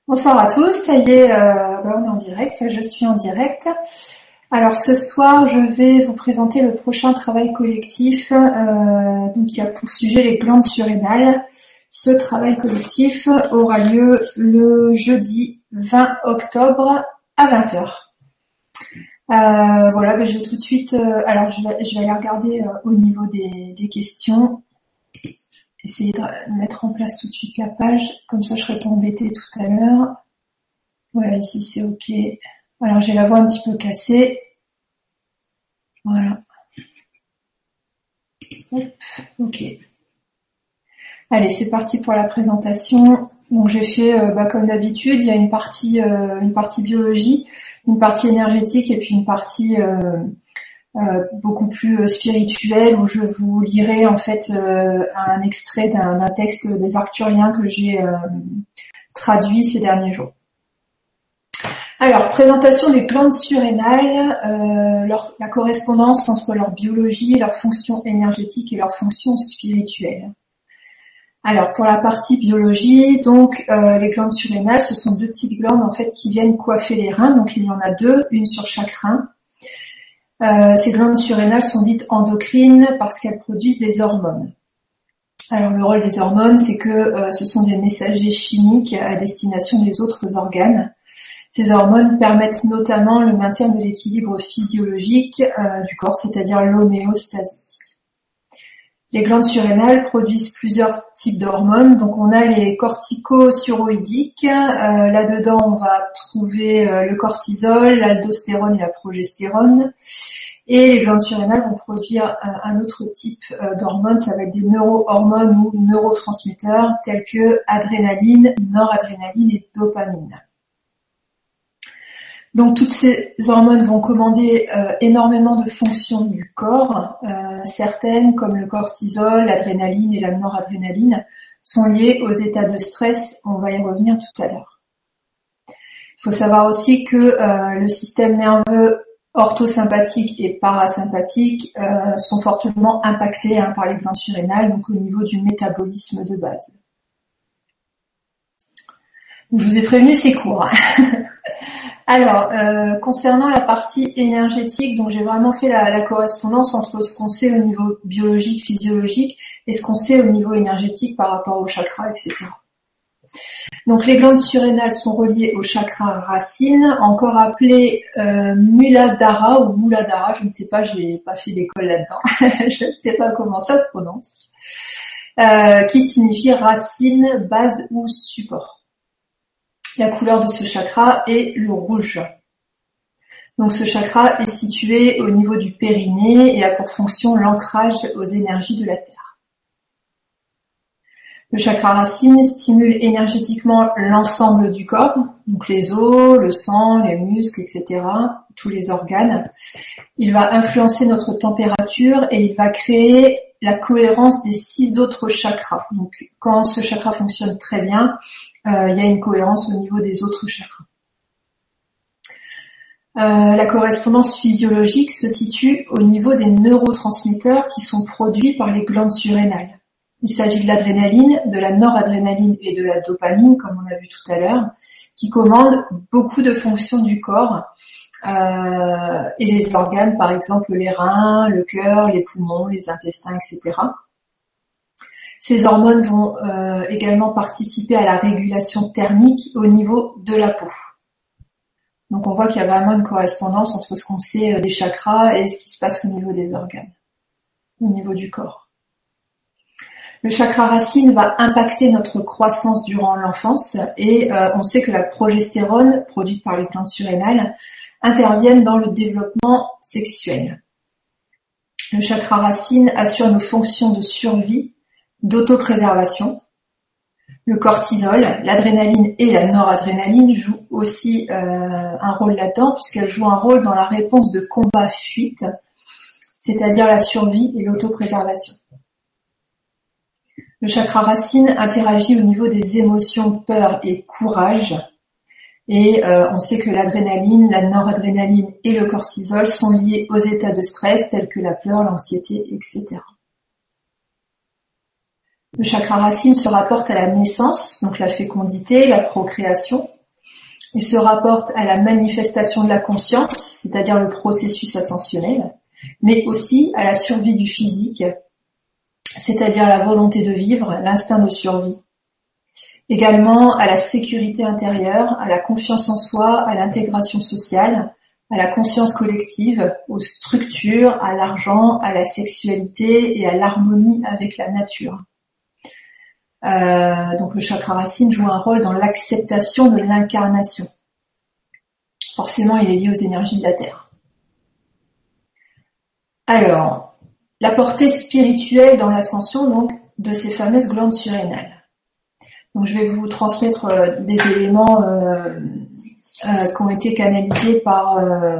Bonsoir à tous, ça y est, on est en direct, enfin, je suis en direct. Alors ce soir, je vais vous présenter le prochain travail collectif, donc qui a pour sujet les glandes surrénales. Ce travail collectif aura lieu le jeudi 20 octobre à 20h. Voilà, je vais tout de suite, alors je vais aller regarder au niveau des questions, essayer de mettre en place tout de suite la page, comme ça je serai pas embêtée tout à l'heure. Voilà, ici c'est ok. Alors j'ai la voix un petit peu cassée. Voilà. Hop, ok. Allez, c'est parti pour la présentation. Donc j'ai fait, comme d'habitude, il y a une partie biologie, une partie énergétique et puis une partie beaucoup plus spirituelle où je vous lirai en fait un extrait d'un texte des Arcturiens que j'ai traduit ces derniers jours. Alors, présentation des glandes surrénales, la correspondance entre leur biologie, leur fonction énergétique et leur fonction spirituelle. Alors, pour la partie biologie, donc les glandes surrénales, ce sont deux petites glandes en fait qui viennent coiffer les reins. Donc, il y en a deux, une sur chaque rein. Ces glandes surrénales sont dites endocrines parce qu'elles produisent des hormones. Alors, le rôle des hormones, c'est que ce sont des messagers chimiques à destination des autres organes. Ces hormones permettent notamment le maintien de l'équilibre physiologique du corps, c'est-à-dire l'homéostasie. Les glandes surrénales produisent plusieurs types d'hormones. Donc on a les corticothyroïdiques. Là-dedans, on va trouver le cortisol, l'aldostérone et la progestérone. Et les glandes surrénales vont produire un autre type d'hormones. Ça va être des neurohormones ou neurotransmetteurs tels que adrénaline, noradrénaline et dopamine. Donc toutes ces hormones vont commander énormément de fonctions du corps. Certaines, comme le cortisol, l'adrénaline et la noradrénaline, sont liées aux états de stress. On va y revenir tout à l'heure. Il faut savoir aussi que le système nerveux orthosympathique et parasympathique sont fortement impactés par les glandes surrénales, donc au niveau du métabolisme de base. Je vous ai prévenu, c'est court. Alors, concernant la partie énergétique, donc j'ai vraiment fait la correspondance entre ce qu'on sait au niveau biologique, physiologique, et ce qu'on sait au niveau énergétique par rapport aux chakras, etc. Donc les glandes surrénales sont reliées au chakra racine, encore appelé Muladhara ou Muladhara, je ne sais pas, je n'ai pas fait d'école là-dedans, je ne sais pas comment ça se prononce, qui signifie racine, base ou support. La couleur de ce chakra est le rouge. Donc ce chakra est situé au niveau du périnée et a pour fonction l'ancrage aux énergies de la Terre. Le chakra racine stimule énergétiquement l'ensemble du corps, donc les os, le sang, les muscles, etc., tous les organes. Il va influencer notre température et il va créer la cohérence des 6 autres chakras. Donc quand ce chakra fonctionne très bien, il y a une cohérence au niveau des autres chakras. La correspondance physiologique se situe au niveau des neurotransmetteurs qui sont produits par les glandes surrénales. Il s'agit de l'adrénaline, de la noradrénaline et de la dopamine, comme on a vu tout à l'heure, qui commandent beaucoup de fonctions du corps et les organes, par exemple les reins, le cœur, les poumons, les intestins, etc. Ces hormones vont également participer à la régulation thermique au niveau de la peau. Donc on voit qu'il y a vraiment une correspondance entre ce qu'on sait des chakras et ce qui se passe au niveau des organes, au niveau du corps. Le chakra racine va impacter notre croissance durant l'enfance et on sait que la progestérone, produite par les glandes surrénales, interviennent dans le développement sexuel. Le chakra racine assure nos fonctions de survie, d'autopréservation. Le cortisol, l'adrénaline et la noradrénaline jouent aussi un rôle là-dedans puisqu'elles jouent un rôle dans la réponse de combat-fuite, c'est-à-dire la survie et l'autopréservation. Le chakra racine interagit au niveau des émotions peur et courage et on sait que l'adrénaline, la noradrénaline et le cortisol sont liés aux états de stress tels que la peur, l'anxiété, etc. Le chakra racine se rapporte à la naissance, donc la fécondité, la procréation, Il se rapporte à la manifestation de la conscience, c'est-à-dire le processus ascensionnel, mais aussi à la survie du physique, c'est-à-dire la volonté de vivre, l'instinct de survie. Également à la sécurité intérieure, à la confiance en soi, à l'intégration sociale, à la conscience collective, aux structures, à l'argent, à la sexualité et à l'harmonie avec la nature. Donc le chakra racine joue un rôle dans l'acceptation de l'incarnation. Forcément, il est lié aux énergies de la Terre. Alors, la portée spirituelle dans l'ascension donc de ces fameuses glandes surrénales. Donc je vais vous transmettre des éléments qui ont été canalisés par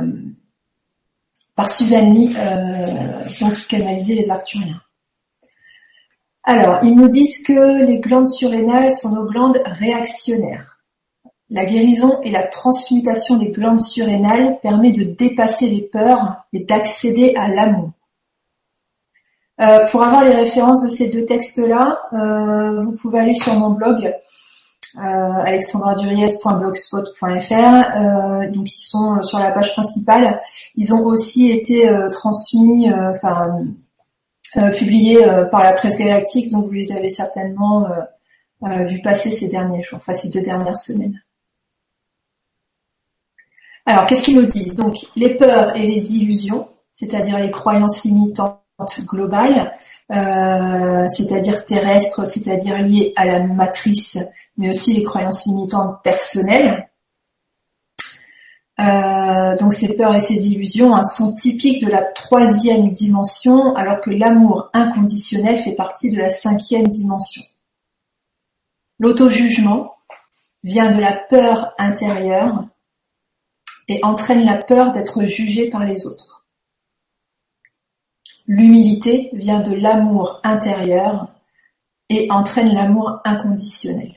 Suzanne Lee, donc qui canalisait les arcturiens. Alors, ils nous disent que les glandes surrénales sont nos glandes réactionnaires. La guérison et la transmutation des glandes surrénales permet de dépasser les peurs et d'accéder à l'amour. Pour avoir les références de ces deux textes-là, vous pouvez aller sur mon blog alexandraduriez.blogspot.fr. Donc ils sont sur la page principale. Ils ont aussi été transmis, publiés par la presse galactique, donc vous les avez certainement vu passer ces derniers jours, enfin ces 2 dernières semaines. Alors qu'est-ce qu'ils nous disent? Donc les peurs et les illusions, c'est-à-dire les croyances limitantes globales, c'est-à-dire terrestres, c'est-à-dire liées à la matrice, mais aussi les croyances limitantes personnelles. Donc ces peurs et ces illusions sont typiques de la 3e dimension, alors que l'amour inconditionnel fait partie de la 5e dimension. L'auto-jugement vient de la peur intérieure et entraîne la peur d'être jugé par les autres. L'humilité vient de l'amour intérieur et entraîne l'amour inconditionnel.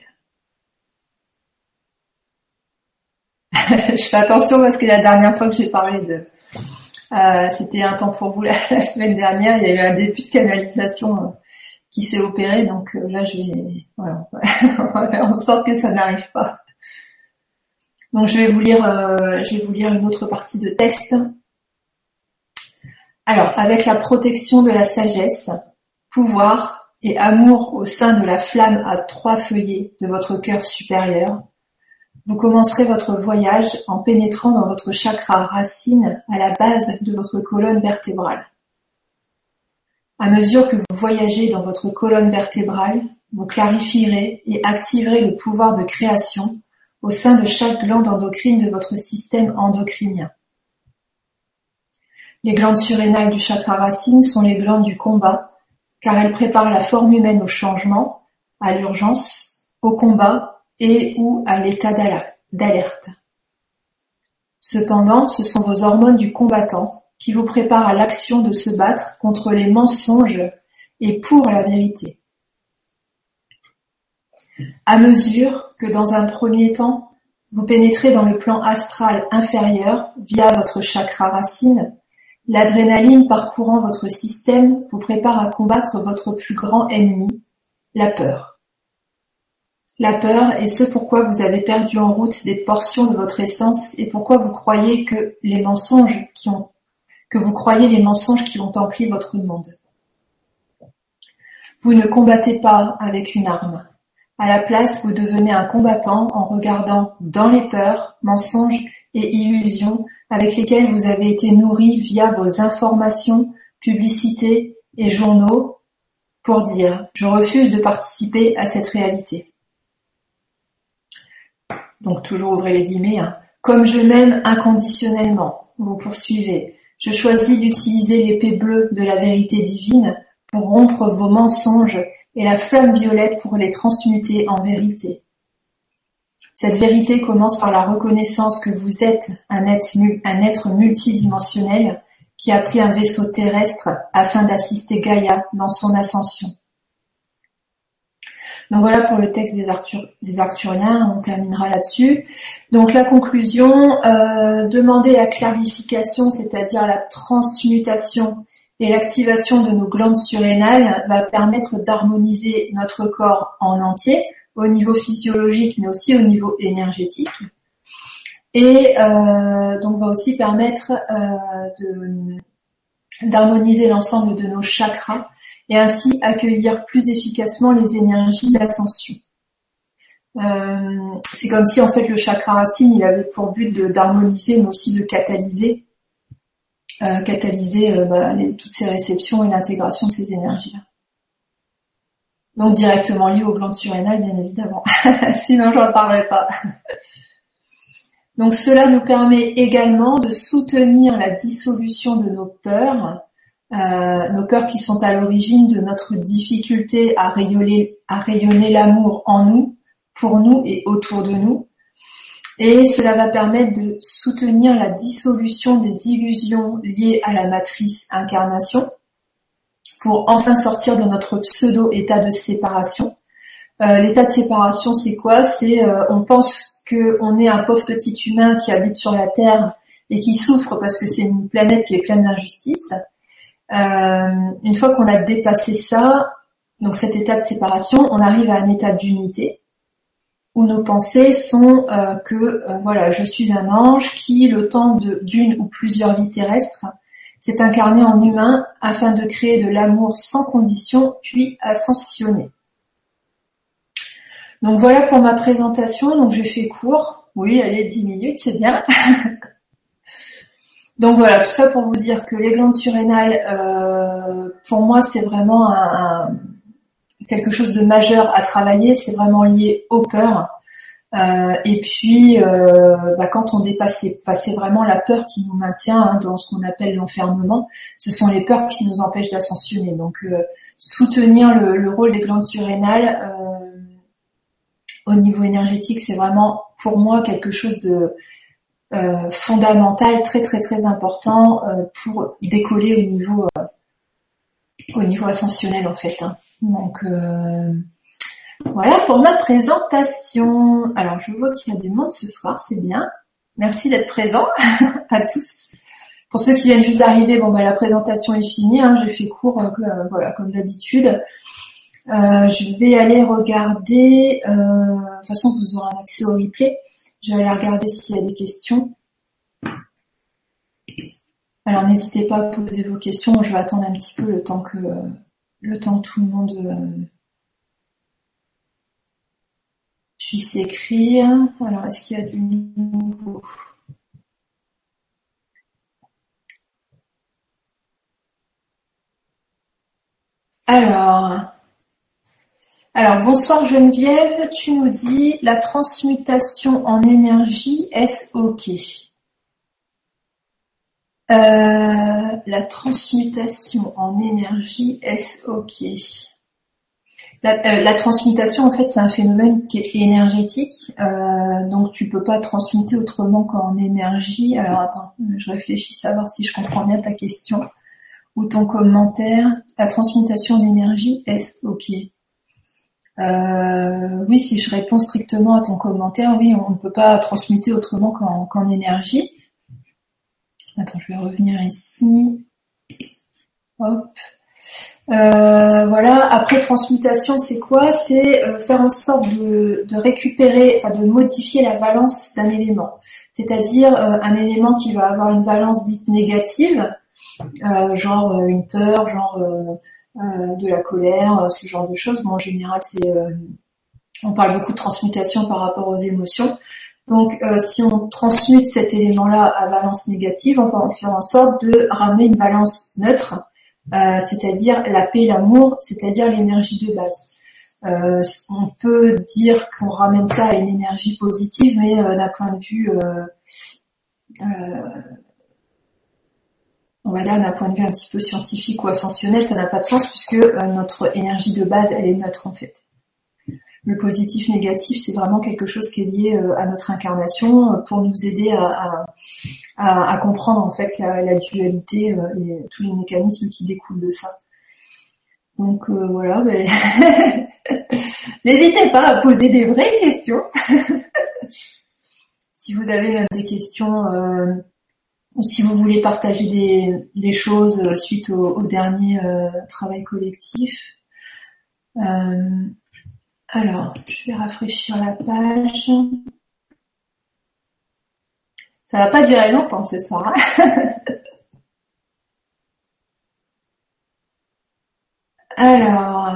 Je fais attention parce que la dernière fois que j'ai parlé de... c'était un temps pour vous la semaine dernière, il y a eu un début de canalisation qui s'est opéré, donc là je vais... Voilà, on va faire en sorte que ça n'arrive pas. Donc je vais vous lire une autre partie de texte. Alors, avec la protection de la sagesse, pouvoir et amour au sein de la flamme à 3 feuillets de votre cœur supérieur, vous commencerez votre voyage en pénétrant dans votre chakra racine à la base de votre colonne vertébrale. À mesure que vous voyagez dans votre colonne vertébrale, vous clarifierez et activerez le pouvoir de création au sein de chaque glande endocrine de votre système endocrinien. Les glandes surrénales du chakra racine sont les glandes du combat, car elles préparent la forme humaine au changement, à l'urgence, au combat et ou à l'état d'alerte. Cependant, ce sont vos hormones du combattant qui vous préparent à l'action de se battre contre les mensonges et pour la vérité. À mesure que dans un premier temps, vous pénétrez dans le plan astral inférieur via votre chakra racine, l'adrénaline parcourant votre système vous prépare à combattre votre plus grand ennemi, la peur. La peur est ce pourquoi vous avez perdu en route des portions de votre essence et pourquoi vous croyez que les mensonges qui ont empli votre monde. Vous ne combattez pas avec une arme. À la place, vous devenez un combattant en regardant dans les peurs, mensonges et illusions avec lesquelles vous avez été nourri via vos informations, publicités et journaux pour dire « je refuse de participer à cette réalité ». Donc toujours ouvrez les guillemets, Comme je m'aime inconditionnellement, vous poursuivez. Je choisis d'utiliser l'épée bleue de la vérité divine pour rompre vos mensonges et la flamme violette pour les transmuter en vérité. Cette vérité commence par la reconnaissance que vous êtes un être multidimensionnel qui a pris un vaisseau terrestre afin d'assister Gaïa dans son ascension. Donc voilà pour le texte des Arcturiens, on terminera là-dessus. Donc la conclusion, demander la clarification, c'est-à-dire la transmutation et l'activation de nos glandes surrénales va permettre d'harmoniser notre corps en entier, au niveau physiologique mais aussi au niveau énergétique. et donc va aussi permettre d'harmoniser l'ensemble de nos chakras et ainsi accueillir plus efficacement les énergies d'ascension. C'est comme si en fait le chakra racine il avait pour but d'harmoniser mais aussi de catalyser toutes ces réceptions et l'intégration de ces énergies-là. Donc directement lié aux glandes surrénales bien évidemment, sinon j'en parlerai pas. Donc cela nous permet également de soutenir la dissolution de nos peurs qui sont à l'origine de notre difficulté à rayonner l'amour en nous, pour nous et autour de nous. Et cela va permettre de soutenir la dissolution des illusions liées à la matrice incarnation pour enfin sortir de notre pseudo-état de séparation. L'état de séparation, c'est quoi ? C'est on pense qu'on est un pauvre petit humain qui habite sur la Terre et qui souffre parce que c'est une planète qui est pleine d'injustices. Une fois qu'on a dépassé ça, donc cet état de séparation, on arrive à un état d'unité où nos pensées sont voilà, je suis un ange qui, le temps d'une ou plusieurs vies terrestres, s'est incarné en humain afin de créer de l'amour sans condition, puis ascensionner. Donc voilà pour ma présentation, donc j'ai fait court, oui, allez, 10 minutes, c'est bien. Donc voilà, tout ça pour vous dire que les glandes surrénales, pour moi, c'est vraiment quelque chose de majeur à travailler, c'est vraiment lié aux peurs. Et puis, quand on dépasse, c'est vraiment la peur qui nous maintient dans ce qu'on appelle l'enfermement. Ce sont les peurs qui nous empêchent d'ascensionner. Donc, soutenir le rôle des glandes surrénales au niveau énergétique, c'est vraiment pour moi quelque chose de fondamental, très très très important pour décoller au niveau ascensionnel en fait. Donc voilà pour ma présentation. Alors je vois qu'il y a du monde ce soir, c'est bien. Merci d'être présents à tous. Pour ceux qui viennent juste d'arriver, la présentation est finie. J'ai fait court, voilà, comme d'habitude. Je vais aller regarder. De toute façon, vous aurez un accès au replay. Je vais aller regarder s'il y a des questions. Alors n'hésitez pas à poser vos questions. Je vais attendre un petit peu le temps que tout le monde puisse écrire. Alors est-ce qu'il y a du nouveau ? Alors bonsoir Geneviève, tu nous dis la transmutation en énergie, est-ce ok ? La transmutation en énergie, est-ce ok ? La transmutation, en fait, c'est un phénomène qui est énergétique, donc tu peux pas transmuter autrement qu'en énergie. Alors attends, je réfléchis savoir si je comprends bien ta question ou ton commentaire. La transmutation d'énergie, est-ce ok ? Oui, si je réponds strictement à ton commentaire, oui, on ne peut pas transmuter autrement qu'en énergie. Attends, je vais revenir ici. Hop. Voilà. Après, transmutation, c'est quoi ? C'est faire en sorte de récupérer, de modifier la valence d'un élément. C'est-à-dire un élément qui va avoir une valence dite négative, genre une peur, genre de la colère, ce genre de choses. Bon, en général, on parle beaucoup de transmutation par rapport aux émotions. Donc, si on transmute cet élément-là à valence négative, on va en faire en sorte de ramener une valence neutre, c'est-à-dire la paix, l'amour, c'est-à-dire l'énergie de base. On peut dire qu'on ramène ça à une énergie positive, mais d'un point de vue, on va dire d'un point de vue un petit peu scientifique ou ascensionnel, ça n'a pas de sens puisque notre énergie de base, elle est neutre en fait. Le positif, négatif, c'est vraiment quelque chose qui est lié à notre incarnation pour nous aider à comprendre en fait la dualité et tous les mécanismes qui découlent de ça. Donc voilà, n'hésitez pas à poser des vraies questions. Si vous avez même des questions ou si vous voulez partager des choses suite au dernier travail collectif. Alors, je vais rafraîchir la page. Ça va pas durer longtemps ce soir, hein. Alors,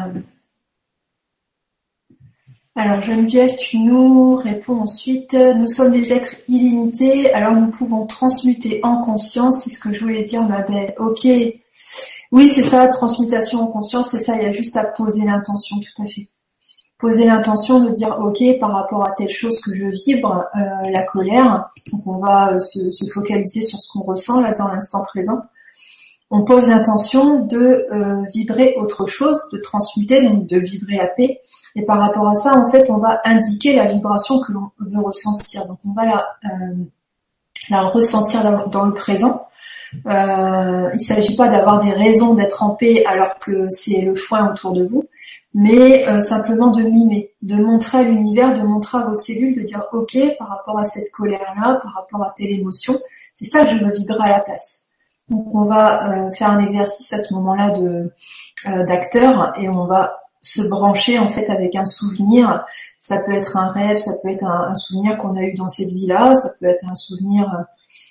alors Geneviève, tu nous réponds ensuite. Nous sommes des êtres illimités, alors nous pouvons transmuter en conscience. C'est ce que je voulais dire, ma belle. Ok. Oui, c'est ça, transmutation en conscience, c'est ça. Il y a juste à poser l'intention, tout à fait. Poser l'intention de dire ok par rapport à telle chose que je vibre, la colère. Donc on va se focaliser sur ce qu'on ressent là dans l'instant présent. On pose l'intention de vibrer autre chose, de transmuter, donc de vibrer la paix. Et par rapport à ça, en fait, on va indiquer la vibration que l'on veut ressentir. Donc on va la ressentir dans le présent. Il ne s'agit pas d'avoir des raisons d'être en paix alors que c'est le foin autour de vous, mais simplement de mimer, de montrer à l'univers, de montrer à vos cellules, de dire ok par rapport à cette colère-là, par rapport à telle émotion, c'est ça que je veux vibrer à la place. Donc on va faire un exercice à ce moment-là d'acteur et on va se brancher en fait avec un souvenir. Ça peut être un rêve, ça peut être un souvenir qu'on a eu dans cette vie-là, ça peut être un souvenir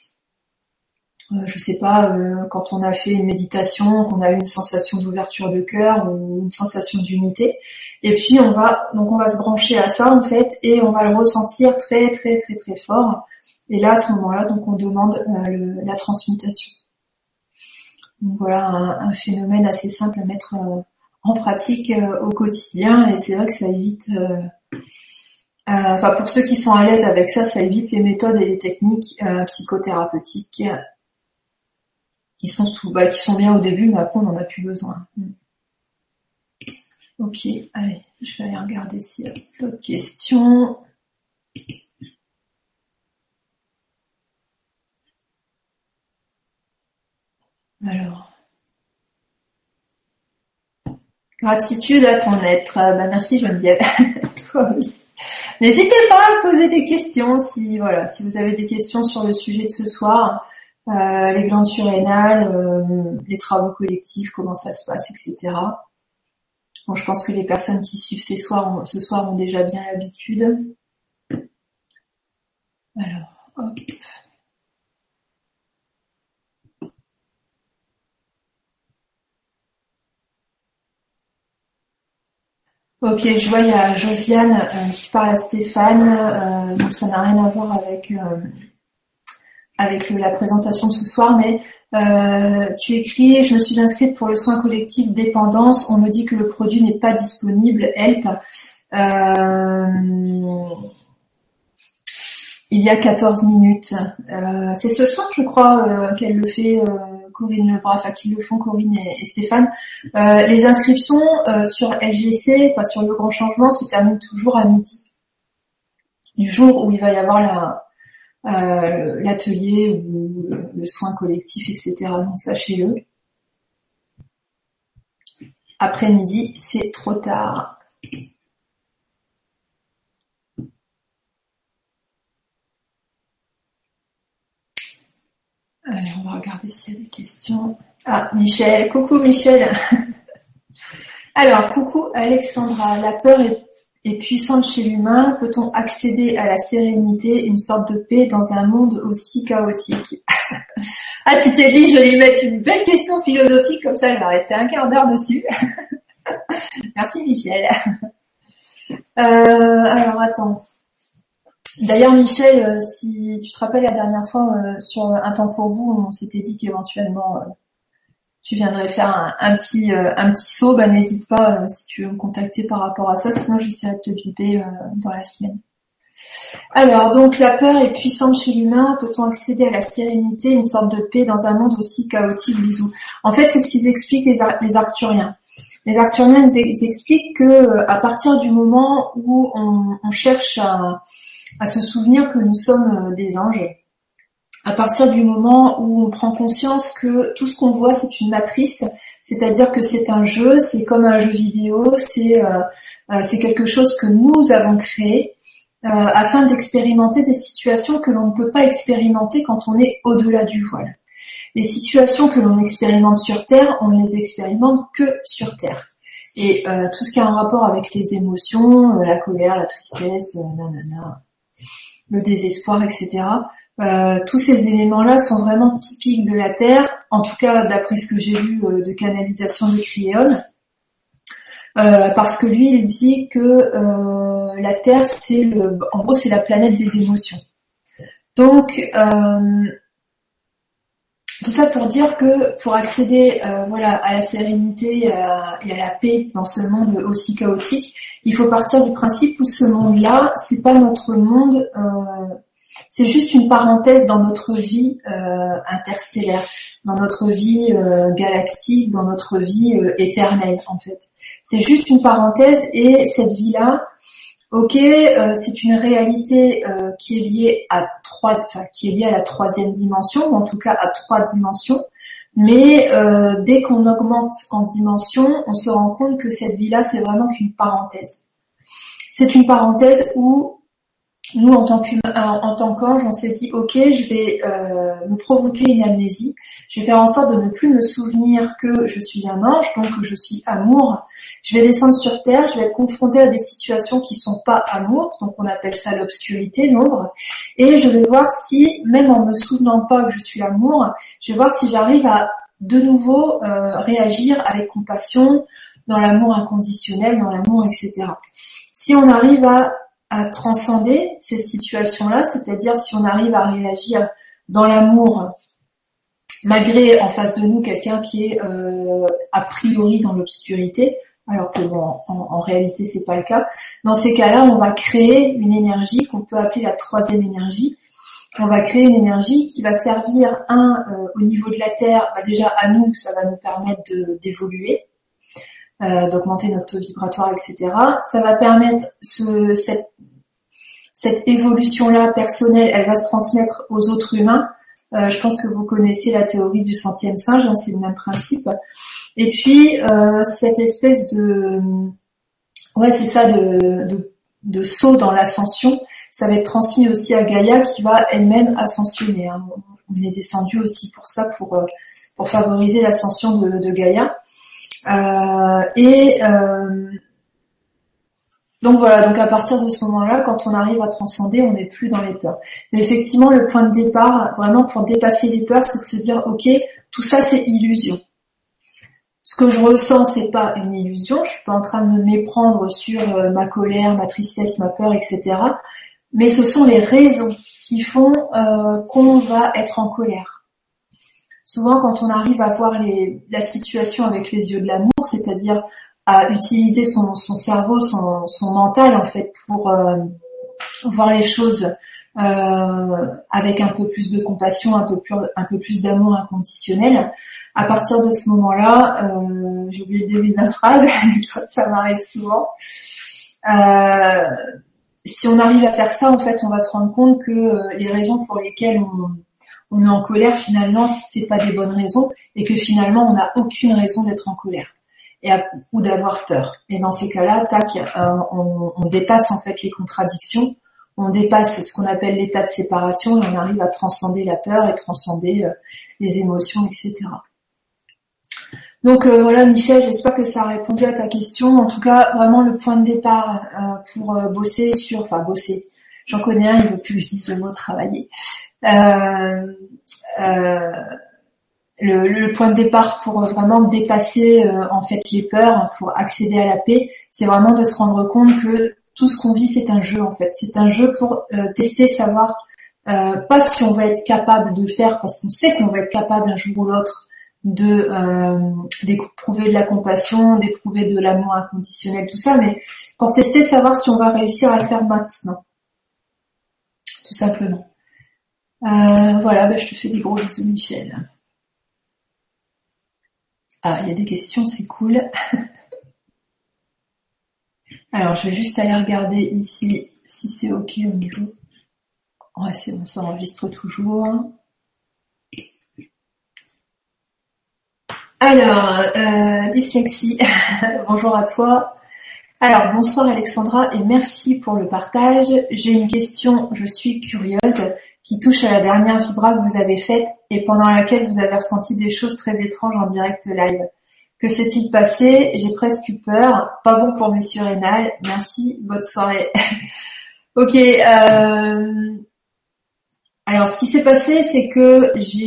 je sais pas, quand on a fait une méditation, qu'on a eu une sensation d'ouverture de cœur ou une sensation d'unité. Et puis on va se brancher à ça en fait et on va le ressentir très très très très fort. Et là à ce moment-là, donc on demande la transmutation. Donc voilà un phénomène assez simple à mettre en pratique au quotidien et c'est vrai que ça évite. Pour ceux qui sont à l'aise avec ça, ça évite les méthodes et les techniques psychothérapeutiques qui sont bien au début, mais après on n'en a plus besoin. Ok, allez, je vais aller regarder s'il y a d'autres questions. Alors, gratitude à ton être. Merci Geneviève. Toi aussi. N'hésitez pas à poser des questions si vous avez des questions sur le sujet de ce soir, les glandes surrénales, les travaux collectifs, comment ça se passe, etc. Bon, je pense que les personnes qui suivent ce soir ont déjà bien l'habitude. Alors, hop. Ok, je vois, il y a Josiane qui parle à Stéphane, donc ça n'a rien à voir avec la présentation de ce soir, mais tu écris « Je me suis inscrite pour le soin collectif dépendance, on me dit que le produit n'est pas disponible, help ». Il y a 14 minutes. C'est ce soir, je crois, qu'elle le fait, Corinne Lebrun, enfin qu'ils le font, Corinne et Stéphane. Les inscriptions sur LGC, enfin sur le grand changement, se terminent toujours à midi. Du jour où il va y avoir l'atelier ou le soin collectif, etc. Donc sachez-le. Après midi, c'est trop tard. Allez, on va regarder s'il y a des questions. Ah, Michel. Coucou Michel. Alors, coucou Alexandra. La peur est puissante chez l'humain. Peut-on accéder à la sérénité, une sorte de paix dans un monde aussi chaotique? Ah, tu t'es dit, je vais lui mettre une belle question philosophique, comme ça elle va rester un quart d'heure dessus. Merci Michel. Alors, attends. D'ailleurs, Michel, si tu te rappelles la dernière fois sur Un temps pour vous, on s'était dit qu'éventuellement tu viendrais faire un petit saut. Bah, n'hésite pas si tu veux me contacter par rapport à ça, sinon j'essaierai de te biper dans la semaine. Alors, donc la peur est puissante chez l'humain. Peut-on accéder à la sérénité, une sorte de paix dans un monde aussi chaotique? Bisous. En fait, c'est ce qu'ils expliquent les Arthuriens. Les Arthuriens, ils expliquent que à partir du moment où on cherche à se souvenir que nous sommes des anges, à partir du moment où on prend conscience que tout ce qu'on voit c'est une matrice, c'est-à-dire que c'est un jeu, c'est comme un jeu vidéo, c'est quelque chose que nous avons créé afin d'expérimenter des situations que l'on ne peut pas expérimenter quand on est au-delà du voile. Les situations que l'on expérimente sur Terre, on ne les expérimente que sur Terre. Et tout ce qui a un rapport avec les émotions, la colère, la tristesse, le désespoir, etc., Tous ces éléments-là sont vraiment typiques de la Terre, en tout cas d'après ce que j'ai lu de canalisation de Cuyéon, parce que lui il dit que la Terre en gros c'est la planète des émotions. Donc tout ça pour dire que pour accéder à la sérénité et à la paix dans ce monde aussi chaotique, il faut partir du principe où ce monde-là, c'est pas notre monde, c'est juste une parenthèse dans notre vie interstellaire, dans notre vie galactique, dans notre vie éternelle en fait. C'est juste une parenthèse et cette vie-là, c'est une réalité qui est liée à la troisième dimension, ou en tout cas à 3 dimensions. Mais dès qu'on augmente en dimension, on se rend compte que cette vie-là, c'est vraiment qu'une parenthèse. C'est une parenthèse où nous, en tant qu'ange, on s'est dit, je vais me provoquer une amnésie. Je vais faire en sorte de ne plus me souvenir que je suis un ange, donc que je suis amour. Je vais descendre sur Terre, je vais être confrontée à des situations qui sont pas amour, donc on appelle ça l'obscurité, l'ombre. Et je vais voir si, même en me souvenant pas que je suis amour, je vais voir si j'arrive à de nouveau réagir avec compassion, dans l'amour inconditionnel, dans l'amour, etc. Si on arrive à transcender ces situations-là, c'est-à-dire si on arrive à réagir dans l'amour, malgré en face de nous quelqu'un qui est a priori dans l'obscurité, alors que en réalité c'est pas le cas. Dans ces cas-là, on va créer une énergie qu'on peut appeler la 3e énergie. On va créer une énergie qui va servir au niveau de la Terre, déjà à nous, ça va nous permettre d'évoluer, d'augmenter notre taux vibratoire, etc. Ça va permettre cette évolution-là personnelle, elle va se transmettre aux autres humains. Je pense que vous connaissez la théorie du centième singe, c'est le même principe. Et puis cette espèce de saut dans l'ascension, ça va être transmis aussi à Gaïa qui va elle-même ascensionner. On est descendu aussi pour ça, pour favoriser l'ascension de Gaïa. Donc voilà, donc à partir de ce moment-là, quand on arrive à transcender, on n'est plus dans les peurs. Mais effectivement, le point de départ, vraiment pour dépasser les peurs, c'est de se dire, tout ça c'est illusion. Ce que je ressens, c'est pas une illusion, je suis pas en train de me méprendre sur ma colère, ma tristesse, ma peur, etc. Mais ce sont les raisons qui font qu'on va être en colère. Souvent, quand on arrive à voir la situation avec les yeux de l'amour, c'est-à-dire à utiliser son cerveau, son mental en fait pour voir les choses avec un peu plus de compassion, un peu plus d'amour inconditionnel. À partir de ce moment-là, j'ai oublié le début de ma phrase, ça m'arrive souvent. Si on arrive à faire ça, en fait, on va se rendre compte que les raisons pour lesquelles on est en colère, finalement, c'est pas des bonnes raisons, et que finalement, on n'a aucune raison d'être en colère. Ou d'avoir peur. Et dans ces cas-là, on dépasse en fait les contradictions, on dépasse ce qu'on appelle l'état de séparation et on arrive à transcender la peur et transcender les émotions, etc. Donc voilà Michel, j'espère que ça a répondu à ta question. En tout cas, vraiment le point de départ pour bosser, j'en connais un, il veut plus que je dise le mot travailler. Le point de départ pour vraiment dépasser en fait les peurs, pour accéder à la paix, c'est vraiment de se rendre compte que tout ce qu'on vit c'est un jeu en fait. C'est un jeu pour tester, savoir pas si on va être capable de le faire, parce qu'on sait qu'on va être capable un jour ou l'autre d'éprouver de la compassion, d'éprouver de l'amour inconditionnel, tout ça, mais pour tester, savoir si on va réussir à le faire maintenant. Tout simplement. Voilà, je te fais des gros bisous Michel. Ah, il y a des questions, c'est cool. Alors, je vais juste aller regarder ici si c'est OK au niveau. Ouais, c'est bon, ça enregistre toujours. Alors, dyslexie, bonjour à toi. Alors, bonsoir Alexandra et merci pour le partage. J'ai une question, je suis curieuse, qui touche à la dernière vibra que vous avez faite et pendant laquelle vous avez ressenti des choses très étranges en direct live. Que s'est-il passé? J'ai presque eu peur. Pas bon pour mes surrénales. Merci, bonne soirée. Ok. Alors, ce qui s'est passé, c'est que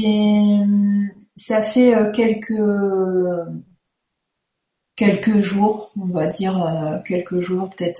ça fait quelques jours, on va dire quelques jours, peut-être,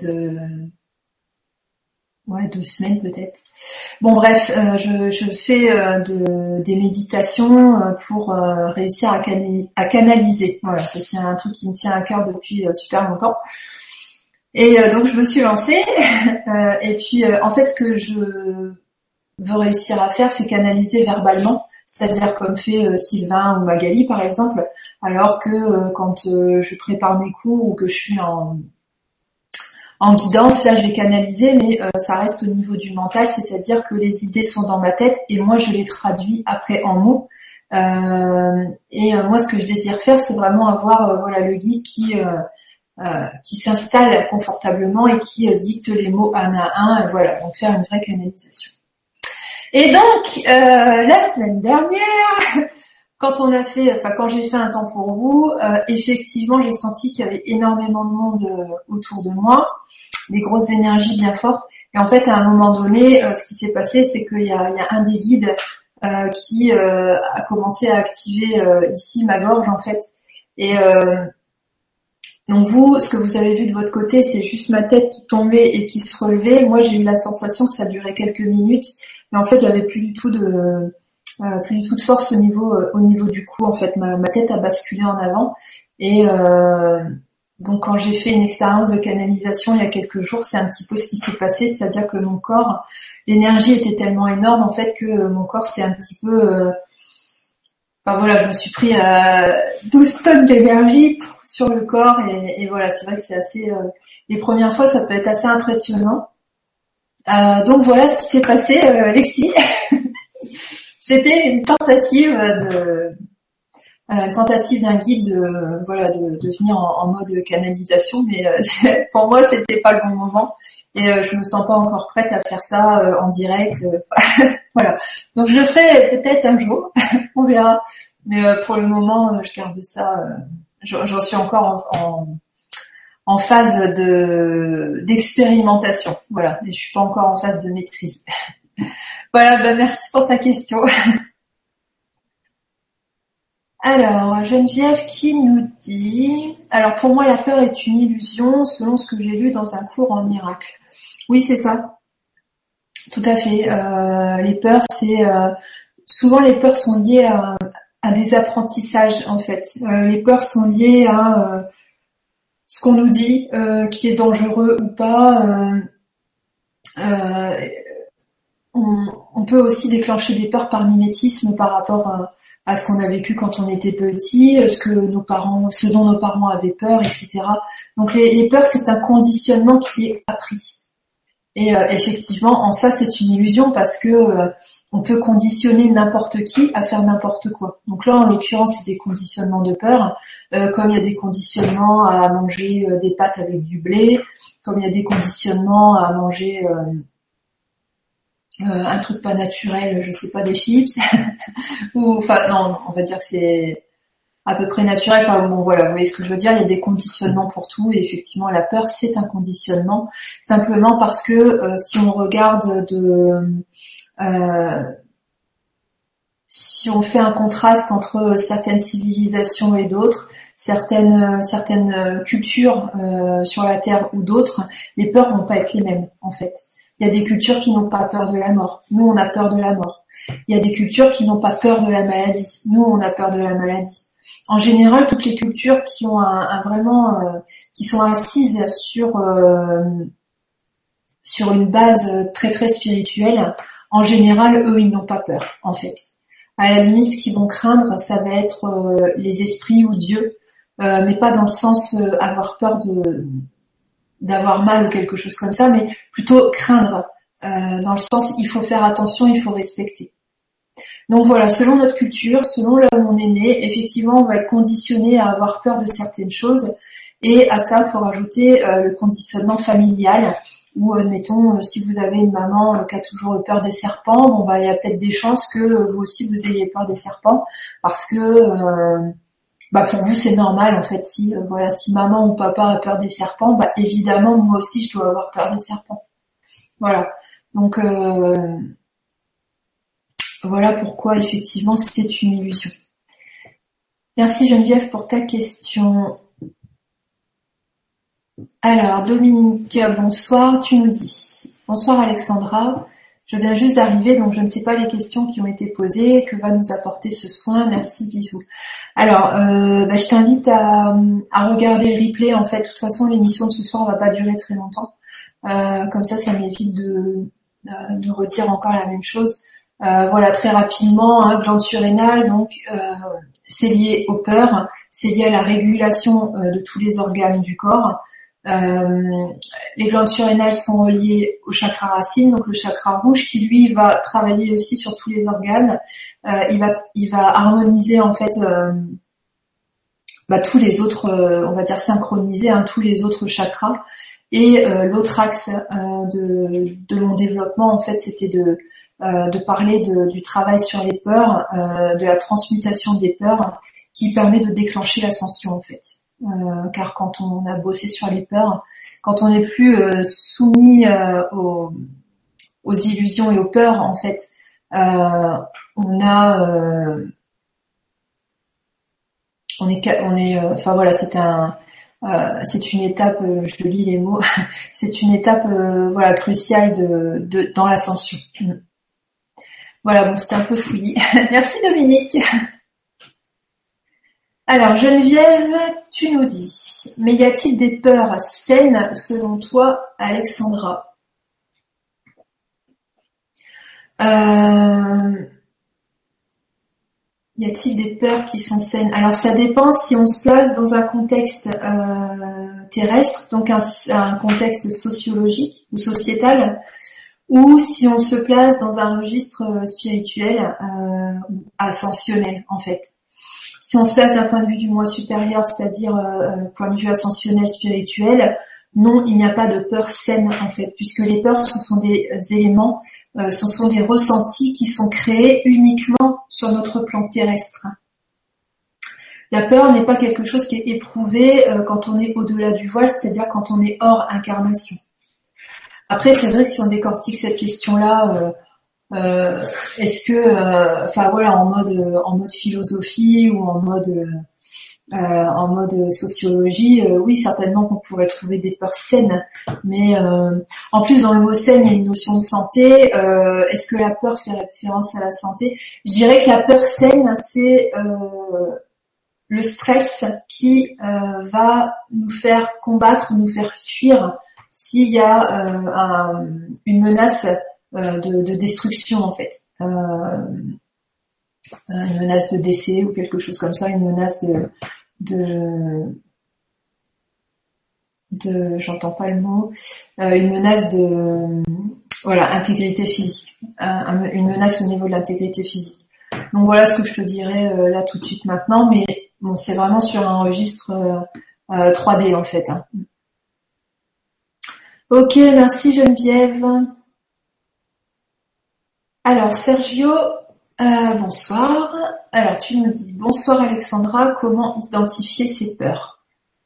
ouais, 2 semaines peut-être. Bon, bref, je fais des méditations pour réussir à canaliser. Voilà, ça, c'est un truc qui me tient à cœur depuis super longtemps. Et donc, je me suis lancée. Et puis, en fait, ce que je veux réussir à faire, c'est canaliser verbalement, c'est-à-dire comme fait Sylvain ou Magali par exemple, alors que quand je prépare mes cours ou que je suis en guidance, là je vais canaliser, mais ça reste au niveau du mental, c'est-à-dire que les idées sont dans ma tête et moi je les traduis après en mots. Moi ce que je désire faire, c'est vraiment avoir voilà le guide qui s'installe confortablement et qui dicte les mots un à un, voilà, donc faire une vraie canalisation. Et donc, la semaine dernière, quand j'ai fait un temps pour vous, effectivement, j'ai senti qu'il y avait énormément de monde autour de moi, des grosses énergies bien fortes. Et en fait, à un moment donné, ce qui s'est passé, c'est qu'il y a un des guides qui a commencé à activer ici ma gorge, en fait. Et donc vous, ce que vous avez vu de votre côté, c'est juste ma tête qui tombait et qui se relevait. Moi, j'ai eu la sensation que ça durait quelques minutes. Mais en fait, j'avais plus du tout de force au niveau du cou. En fait, ma tête a basculé en avant. Et donc, quand j'ai fait une expérience de canalisation il y a quelques jours, c'est un petit peu ce qui s'est passé, c'est-à-dire que mon corps, l'énergie était tellement énorme en fait que mon corps s'est un petit peu, voilà, je me suis pris à 12 tonnes d'énergie sur le corps et voilà, c'est vrai que c'est assez. Les premières fois, ça peut être assez impressionnant. Donc voilà ce qui s'est passé, Lexi. C'était une tentative d'un guide de venir en mode canalisation, mais pour moi c'était pas le bon moment et je me sens pas encore prête à faire ça en direct. Voilà. Donc je le ferai peut-être un jour, on verra. Mais pour le moment, je garde ça. J'en suis encore en phase d'expérimentation. Voilà, et je suis pas encore en phase de maîtrise. Voilà, merci pour ta question. Alors, Geneviève qui nous dit... Alors, pour moi, la peur est une illusion, selon ce que j'ai lu dans un cours en miracle. Oui, c'est ça. Tout à fait. Les peurs, c'est... souvent, les peurs sont liées à des apprentissages, en fait. Les peurs sont liées à ce qu'on nous dit, qui est dangereux ou pas. On peut aussi déclencher des peurs par mimétisme par rapport à ce qu'on a vécu quand on était petit, ce dont nos parents avaient peur, etc. Donc les peurs, c'est un conditionnement qui est appris. Et effectivement, en ça, c'est une illusion parce que on peut conditionner n'importe qui à faire n'importe quoi. Donc là, en l'occurrence, c'est des conditionnements de peur, comme il y a des conditionnements à manger des pâtes avec du blé, comme il y a des conditionnements à manger un truc pas naturel, je sais pas, des chips, ou enfin non, on va dire que c'est à peu près naturel. Enfin bon, voilà, vous voyez ce que je veux dire. Il y a des conditionnements pour tout, et effectivement, la peur, c'est un conditionnement, simplement parce que si on regarde si on fait un contraste entre certaines civilisations et d'autres, certaines cultures sur la Terre ou d'autres, les peurs vont pas être les mêmes en fait. Il y a des cultures qui n'ont pas peur de la mort. Nous, on a peur de la mort. Il y a des cultures qui n'ont pas peur de la maladie. Nous, on a peur de la maladie. En général, toutes les cultures qui ont qui sont assises sur une base très très spirituelle, en général, eux, ils n'ont pas peur, en fait. À la limite, ce qu'ils vont craindre, ça va être les esprits ou Dieu, mais pas dans le sens avoir peur d'avoir mal ou quelque chose comme ça, mais plutôt craindre, dans le sens il faut faire attention, il faut respecter. Donc voilà, selon notre culture, selon là où on est né, effectivement, on va être conditionné à avoir peur de certaines choses, et à ça, il faut rajouter le conditionnement familial, où, admettons, si vous avez une maman qui a toujours eu peur des serpents, bon bah il y a peut-être des chances que vous aussi vous ayez peur des serpents, parce que pour vous c'est normal en fait. Si maman ou papa a peur des serpents, bah évidemment moi aussi je dois avoir peur des serpents. Voilà. Donc voilà pourquoi effectivement c'est une illusion. Merci Geneviève pour ta question. Alors Dominique, bonsoir, tu nous dis. Bonsoir Alexandra, je viens juste d'arriver donc je ne sais pas les questions qui ont été posées, que va nous apporter ce soin, merci, bisous. Alors je t'invite à regarder le replay, en fait de toute façon l'émission de ce soir va pas durer très longtemps, comme ça m'évite de redire encore la même chose. Voilà, très rapidement, hein, glande surrénale, donc c'est lié aux peurs, c'est lié à la régulation de tous les organes du corps. Les glandes surrénales sont reliées au chakra racine, donc le chakra rouge, qui lui va travailler aussi sur tous les organes. Il va harmoniser en fait tous les autres, on va dire synchroniser tous les autres chakras. Et l'autre axe de mon développement, en fait, c'était de parler du travail sur les peurs, de la transmutation des peurs, qui permet de déclencher l'ascension, en fait. Car quand on a bossé sur les peurs, quand on n'est plus soumis aux illusions et aux peurs, en fait, c'est une étape, je lis les mots, c'est une étape cruciale dans l'ascension. Voilà, bon, c'était un peu fouillis. Merci Dominique. Alors Geneviève, tu nous dis, mais y a-t-il des peurs saines selon toi, Alexandra? Y a-t-il des peurs qui sont saines? Alors ça dépend si on se place dans un contexte terrestre, donc un contexte sociologique ou sociétal, ou si on se place dans un registre spirituel ou ascensionnel en fait. Si on se place d'un point de vue du moi supérieur, c'est-à-dire point de vue ascensionnel spirituel, non, il n'y a pas de peur saine en fait, puisque les peurs, ce sont des éléments, ce sont des ressentis qui sont créés uniquement sur notre plan terrestre. La peur n'est pas quelque chose qui est éprouvé quand on est au-delà du voile, c'est-à-dire quand on est hors incarnation. Après, c'est vrai que si on décortique cette question-là, est-ce que, en mode philosophie ou en mode sociologie, oui, certainement qu'on pourrait trouver des peurs saines, mais en plus dans le mot saine, il y a une notion de santé. Est-ce que la peur fait référence à la santé? Je dirais que la peur saine, c'est le stress qui va nous faire combattre, nous faire fuir s'il y a une menace de destruction en fait, une menace de décès ou quelque chose comme ça, une menace j'entends pas le mot, une menace de intégrité physique, une menace au niveau de l'intégrité physique. Donc voilà ce que je te dirais là tout de suite maintenant, mais bon, c'est vraiment sur un registre 3D en fait. Hein. Ok, merci Geneviève. Alors Sergio, bonsoir. Alors tu nous dis, bonsoir Alexandra, comment identifier ses peurs?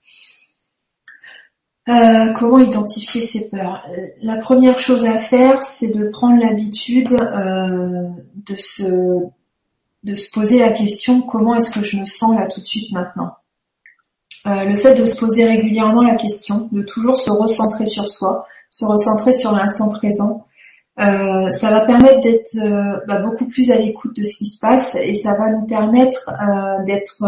Comment identifier ses peurs? La première chose à faire, c'est de prendre l'habitude de se poser la question, comment est-ce que je me sens là tout de suite maintenant? Le fait de se poser régulièrement la question, de toujours se recentrer sur soi, se recentrer sur l'instant présent, ça va permettre d'être beaucoup plus à l'écoute de ce qui se passe et ça va nous permettre d'être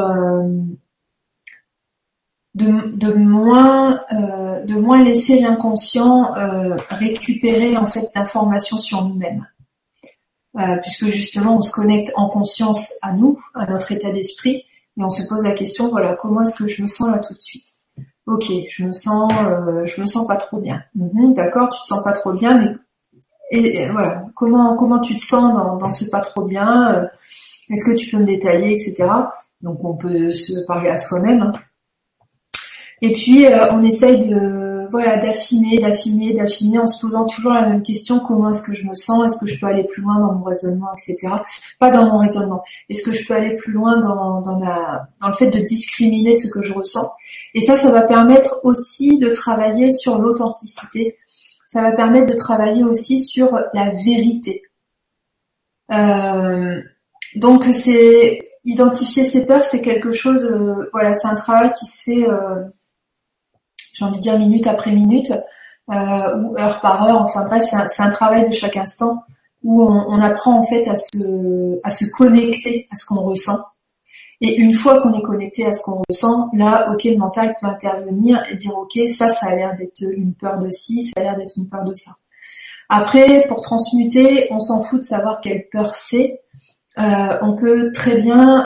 de moins laisser l'inconscient récupérer en fait l'information sur nous-mêmes, puisque justement on se connecte en conscience à nous, à notre état d'esprit, et on se pose la question, voilà, comment est-ce que je me sens là tout de suite? Ok, je me sens pas trop bien. D'accord, tu te sens pas trop bien, mais voilà, comment tu te sens dans ce pas trop bien? Est-ce que tu peux me détailler, etc. Donc on peut se parler à soi-même. Hein. Et puis on essaye d'affiner en se posant toujours la même question, comment est-ce que je me sens? Est-ce que je peux aller plus loin dans mon raisonnement, etc. Pas dans mon raisonnement. Est-ce que je peux aller plus loin dans le fait de discriminer ce que je ressens? Et ça va permettre aussi de travailler sur l'authenticité. Ça va permettre de travailler aussi sur la vérité. Donc c'est identifier ses peurs, c'est quelque chose, voilà, c'est un travail qui se fait, j'ai envie de dire minute après minute, ou heure par heure. Enfin bref, c'est un travail de chaque instant où on apprend en fait à se connecter à ce qu'on ressent. Et une fois qu'on est connecté à ce qu'on ressent, là, ok, le mental peut intervenir et dire ok, ça a l'air d'être une peur de ci, ça a l'air d'être une peur de ça. Après, pour transmuter, on s'en fout de savoir quelle peur c'est. On peut très bien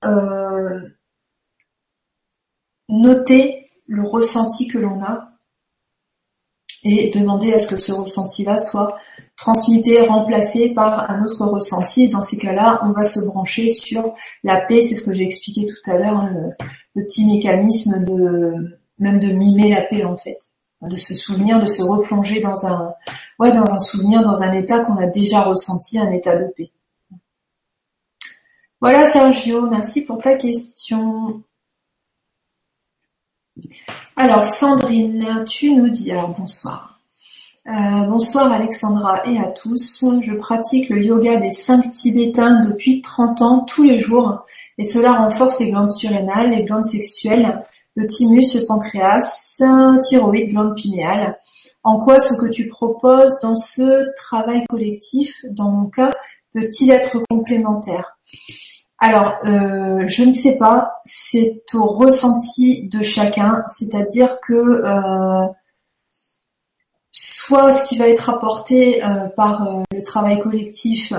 noter le ressenti que l'on a et demander à ce que ce ressenti-là soit transmuté, remplacé par un autre ressenti. Et dans ces cas-là, on va se brancher sur la paix. C'est ce que j'ai expliqué tout à l'heure, hein, le petit mécanisme même de mimer la paix en fait, de se souvenir, de se replonger dans un souvenir, dans un état qu'on a déjà ressenti, un état de paix. Voilà Sergio, merci pour ta question. Alors Sandrine, tu nous dis, alors bonsoir. Bonsoir Alexandra et à tous. Je pratique le yoga des 5 Tibétains depuis 30 ans tous les jours et cela renforce les glandes surrénales, les glandes sexuelles, le thymus, le pancréas, thyroïde, glande pinéale. En quoi ce que tu proposes dans ce travail collectif, dans mon cas, peut-il être complémentaire ? Alors, je ne sais pas, c'est au ressenti de chacun, c'est-à-dire que soit ce qui va être apporté par le travail collectif,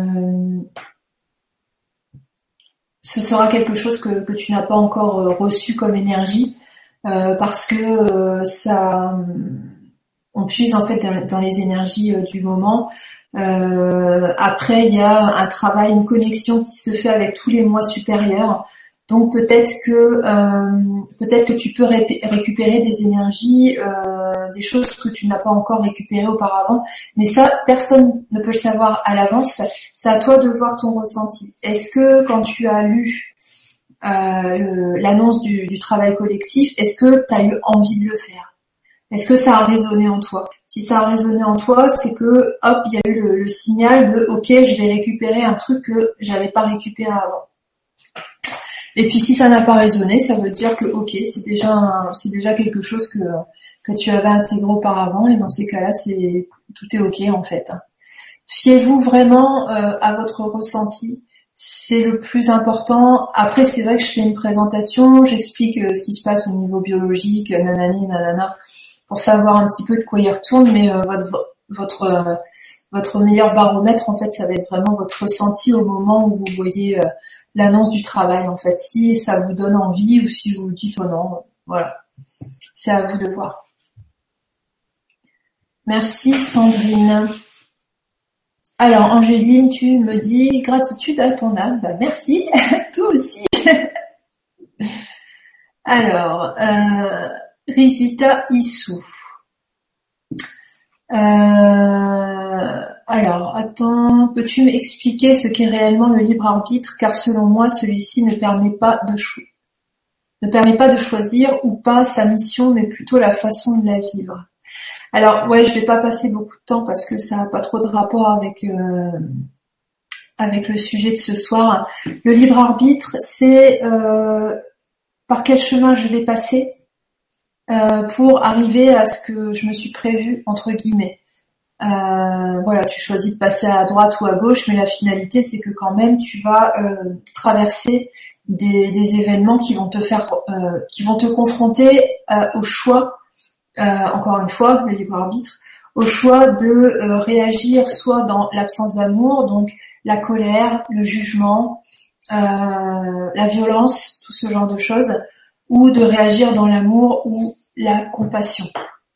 ce sera quelque chose que tu n'as pas encore reçu comme énergie, parce que on puise en fait dans les énergies du moment. Après, il y a un travail, une connexion qui se fait avec tous les mois supérieurs. Donc peut-être que tu peux récupérer des énergies, des choses que tu n'as pas encore récupérées auparavant. Mais ça, personne ne peut le savoir à l'avance. C'est à toi de voir ton ressenti. Est-ce que quand tu as lu l'annonce du travail collectif, est-ce que tu as eu envie de le faire ? Est-ce que ça a résonné en toi ? Si ça a résonné en toi, c'est que hop, il y a eu le signal de ok, je vais récupérer un truc que j'avais pas récupéré avant. Et puis si ça n'a pas résonné, ça veut dire que ok, c'est déjà quelque chose que tu avais intégré auparavant, et dans ces cas-là, tout est ok en fait. Fiez-vous vraiment à votre ressenti, c'est le plus important. Après, c'est vrai que je fais une présentation, j'explique ce qui se passe au niveau biologique, nanani, nanana, pour savoir un petit peu de quoi il retourne, mais votre meilleur baromètre, en fait, ça va être vraiment votre ressenti au moment où vous voyez l'annonce du travail, en fait. Si ça vous donne envie ou si vous vous dites oh non, voilà. C'est à vous de voir. Merci Sandrine. Alors Angéline, tu me dis gratitude à ton âme. Bah merci, toi aussi. Alors, Rizita Issou. Alors, attends, peux-tu m'expliquer ce qu'est réellement le libre arbitre, car selon moi, celui-ci ne permet pas de choisir ou pas sa mission, mais plutôt la façon de la vivre. Alors, ouais, je vais pas passer beaucoup de temps parce que ça n'a pas trop de rapport avec le sujet de ce soir. Le libre arbitre, c'est par quel chemin je vais passer pour arriver à ce que je me suis prévu, entre guillemets. Voilà, tu choisis de passer à droite ou à gauche, mais la finalité, c'est que quand même, tu vas traverser des événements qui vont te confronter au choix, encore une fois, le libre arbitre, au choix de réagir soit dans l'absence d'amour, donc la colère, le jugement, la violence, tout ce genre de choses, ou de réagir dans l'amour ou la compassion.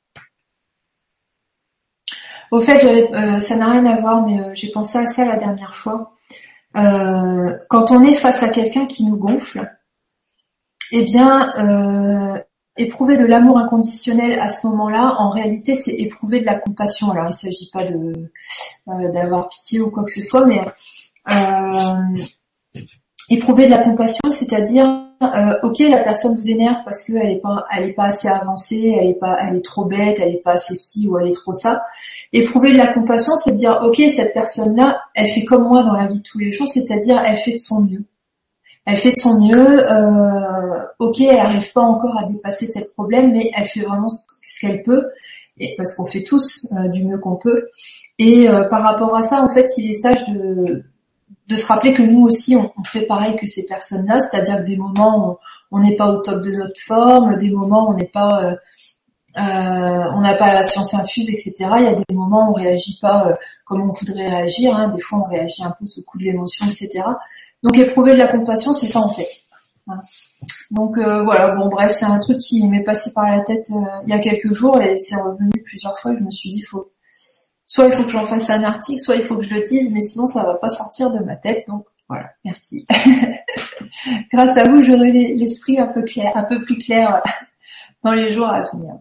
Au fait, ça n'a rien à voir, mais j'ai pensé à ça la dernière fois. Quand on est face à quelqu'un qui nous gonfle, eh bien, éprouver de l'amour inconditionnel à ce moment-là, en réalité, c'est éprouver de la compassion. Alors, il ne s'agit pas d'avoir pitié ou quoi que ce soit, mais éprouver de la compassion, c'est-à-dire ok, la personne vous énerve parce que elle est pas assez avancée, elle est trop bête, elle est pas assez ci ou elle est trop ça. Éprouver de la compassion, c'est de dire, ok, cette personne-là, elle fait comme moi dans la vie de tous les jours, c'est-à-dire elle fait de son mieux. Elle fait de son mieux, ok, elle n'arrive pas encore à dépasser tel problème, mais elle fait vraiment ce qu'elle peut, et parce qu'on fait tous du mieux qu'on peut. Et par rapport à ça, en fait, il est sage de se rappeler que nous aussi, on fait pareil que ces personnes-là, c'est-à-dire que des moments, on n'est pas au top de notre forme, des moments, on n'est pas, on n'a pas la science infuse, etc. Il y a des moments où on réagit pas comme on voudrait réagir, hein. Des fois, on réagit un peu sous le coup de l'émotion, etc. Donc, éprouver de la compassion, c'est ça en fait. Voilà. Donc voilà, bon bref, c'est un truc qui m'est passé par la tête il y a quelques jours et c'est revenu plusieurs fois. Je me suis dit, soit il faut que j'en fasse un article, soit il faut que je le dise, mais sinon ça va pas sortir de ma tête. Donc voilà, merci. Grâce à vous, j'aurai l'esprit un peu plus clair dans les jours à venir.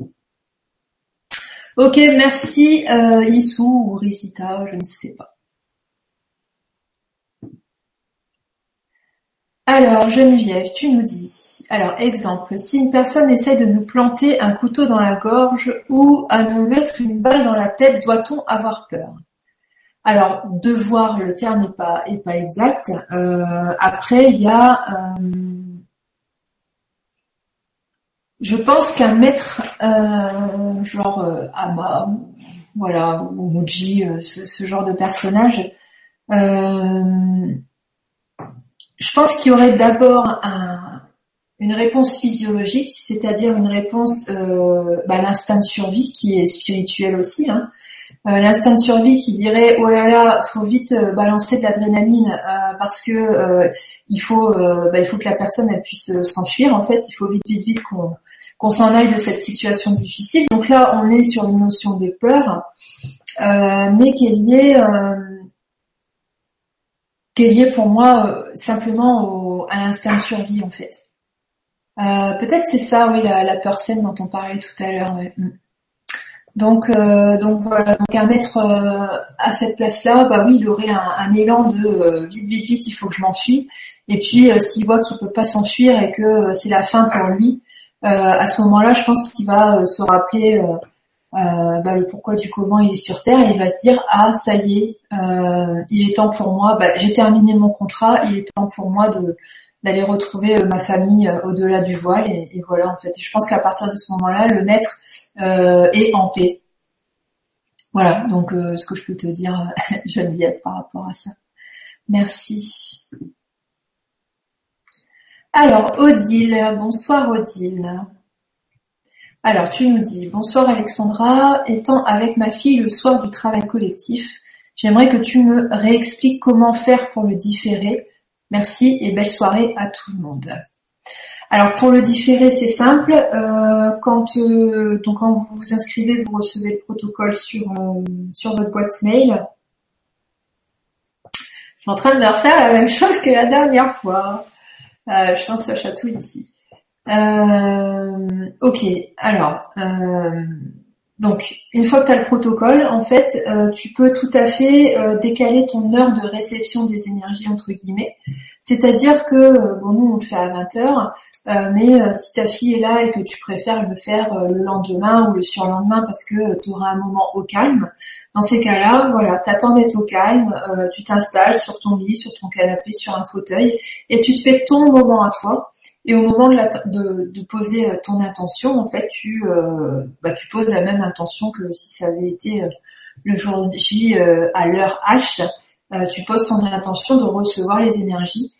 Ok, merci Issou ou Risita, je ne sais pas. Alors, Geneviève, tu nous dis, alors exemple, si une personne essaie de nous planter un couteau dans la gorge ou à nous mettre une balle dans la tête, doit-on avoir peur? Alors, devoir, le terme est pas exact. Après, il y a, je pense qu'un maître, genre Ama, voilà, ou Muji, ce genre de personnage, je pense qu'il y aurait d'abord une réponse physiologique, c'est-à-dire une réponse l'instinct de survie qui est spirituel aussi, hein. L'instinct de survie qui dirait oh là là, faut vite balancer de l'adrénaline parce que il faut que la personne elle puisse s'enfuir en fait, il faut vite qu'on s'en aille de cette situation difficile. Donc là, on est sur une notion de peur, mais qui est liée pour moi simplement à l'instinct de survie en fait. Peut-être c'est ça, oui, la peur saine dont on parlait tout à l'heure. Ouais. Donc voilà, donc un maître à cette place-là, bah oui, il aurait un élan de vite, il faut que je m'enfuis. Et puis s'il voit qu'il peut pas s'enfuir et que c'est la fin pour lui, à ce moment-là, je pense qu'il va se rappeler le pourquoi du comment il est sur Terre et il va se dire ah ça y est, il est temps pour moi, j'ai terminé mon contrat, il est temps pour moi d'aller retrouver ma famille au-delà du voile et voilà en fait. Et je pense qu'à partir de ce moment-là, le maître est en paix. Voilà, donc ce que je peux te dire, Geneviève, par rapport à ça. Merci. Alors, Odile, bonsoir Odile. Alors, tu nous dis, bonsoir Alexandra, étant avec ma fille le soir du travail collectif, j'aimerais que tu me réexpliques comment faire pour le différer. Merci et belle soirée à tout le monde. Alors pour le différer, c'est simple. Quand vous vous inscrivez, vous recevez le protocole sur votre boîte mail. C'est en train de me refaire la même chose que la dernière fois. Je sens que ça chatouille ici. Ok, alors donc une fois que tu as le protocole, en fait, tu peux tout à fait décaler ton heure de réception des énergies entre guillemets. C'est-à-dire que nous on le fait à 20h. Mais si ta fille est là et que tu préfères le faire le lendemain ou le surlendemain parce que tu auras un moment au calme, dans ces cas-là, voilà, t'attends d'être au calme, tu t'installes sur ton lit, sur ton canapé, sur un fauteuil et tu te fais ton moment à toi. Et au moment de poser ton intention, en fait, tu poses la même intention que si ça avait été le jour J à l'heure H. Tu poses ton intention de recevoir les énergies.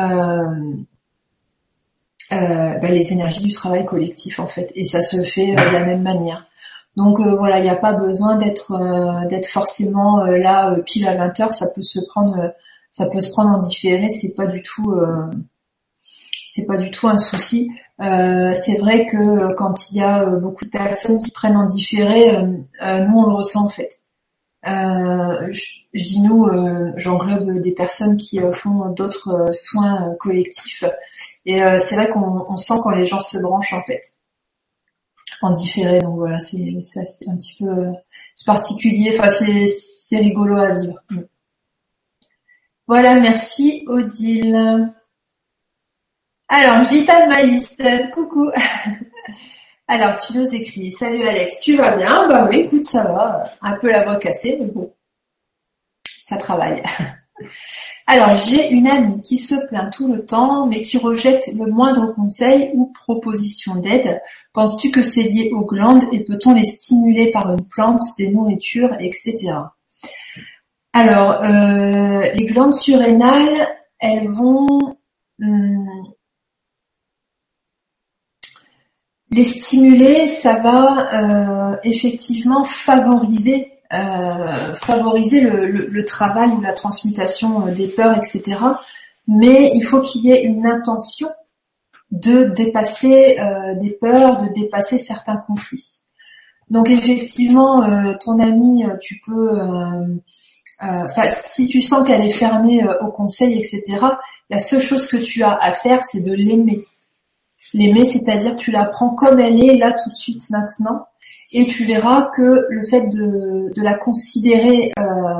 Les énergies du travail collectif en fait, et ça se fait de la même manière. Donc voilà, il n'y a pas besoin d'être forcément là pile à 20h, ça peut se prendre en différé, c'est pas du tout un souci. C'est vrai que quand il y a beaucoup de personnes qui prennent en différé, nous on le ressent en fait. Je dis nous, j'englobe des personnes qui font d'autres soins collectifs et c'est là qu'on sent quand les gens se branchent en fait en différé. Donc voilà, c'est un petit peu c'est particulier, enfin c'est rigolo à vivre. Voilà, merci Odile. Alors, Gita de Maïs, coucou. Alors, tu nous écris, salut Alex, tu vas bien? Bah oui, écoute, ça va. Un peu la voix cassée, mais bon, ça travaille. Alors, j'ai une amie qui se plaint tout le temps, mais qui rejette le moindre conseil ou proposition d'aide. Penses-tu que c'est lié aux glandes et peut-on les stimuler par une plante, des nourritures, etc. Alors, les glandes surrénales, elles vont les stimuler, ça va effectivement favoriser le travail ou la transmutation des peurs, etc. Mais il faut qu'il y ait une intention de dépasser des peurs, de dépasser certains conflits. Donc effectivement, ton amie, tu peux, si tu sens qu'elle est fermée aux conseils, etc., la seule chose que tu as à faire, c'est de l'aimer. L'aimer, c'est-à-dire tu la prends comme elle est, là, tout de suite, maintenant, et tu verras que le fait de la considérer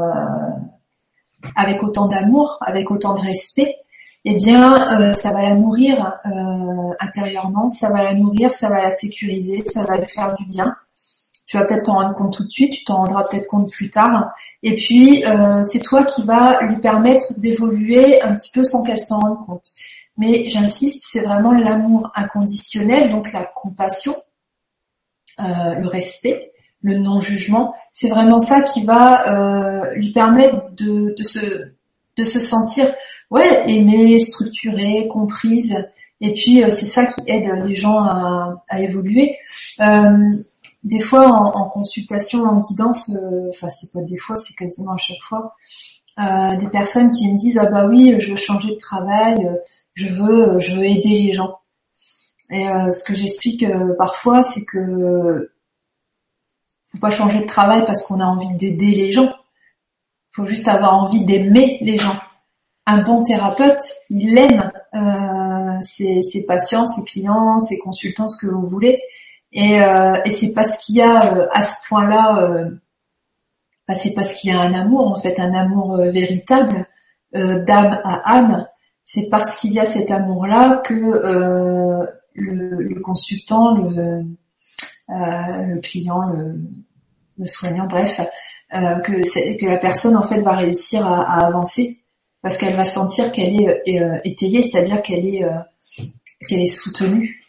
avec autant d'amour, avec autant de respect, eh bien, ça va la nourrir intérieurement, ça va la nourrir, ça va la sécuriser, ça va lui faire du bien. Tu vas peut-être t'en rendre compte tout de suite, tu t'en rendras peut-être compte plus tard. Et puis, c'est toi qui vas lui permettre d'évoluer un petit peu sans qu'elle s'en rende compte. Mais j'insiste, c'est vraiment l'amour inconditionnel, donc la compassion, le respect, le non-jugement. C'est vraiment ça qui va lui permettre de se sentir aimée, structurée, comprise. Et puis c'est ça qui aide les gens à évoluer. Des fois en consultation, en guidance, c'est pas des fois, c'est quasiment à chaque fois, des personnes qui me disent ah bah oui, je veux changer de travail, je veux aider les gens. Et ce que j'explique parfois, c'est que faut pas changer de travail parce qu'on a envie d'aider les gens. Faut juste avoir envie d'aimer les gens. Un bon thérapeute, il aime ses patients, ses clients, ses consultants, ce que vous voulez. Et c'est parce qu'il y a à ce point-là, c'est parce qu'il y a un amour, en fait, un amour véritable, d'âme à âme. C'est parce qu'il y a cet amour-là que le consultant, le client, le soignant, bref, que la personne en fait va réussir à avancer parce qu'elle va sentir qu'elle est étayée, c'est-à-dire qu'elle est soutenue,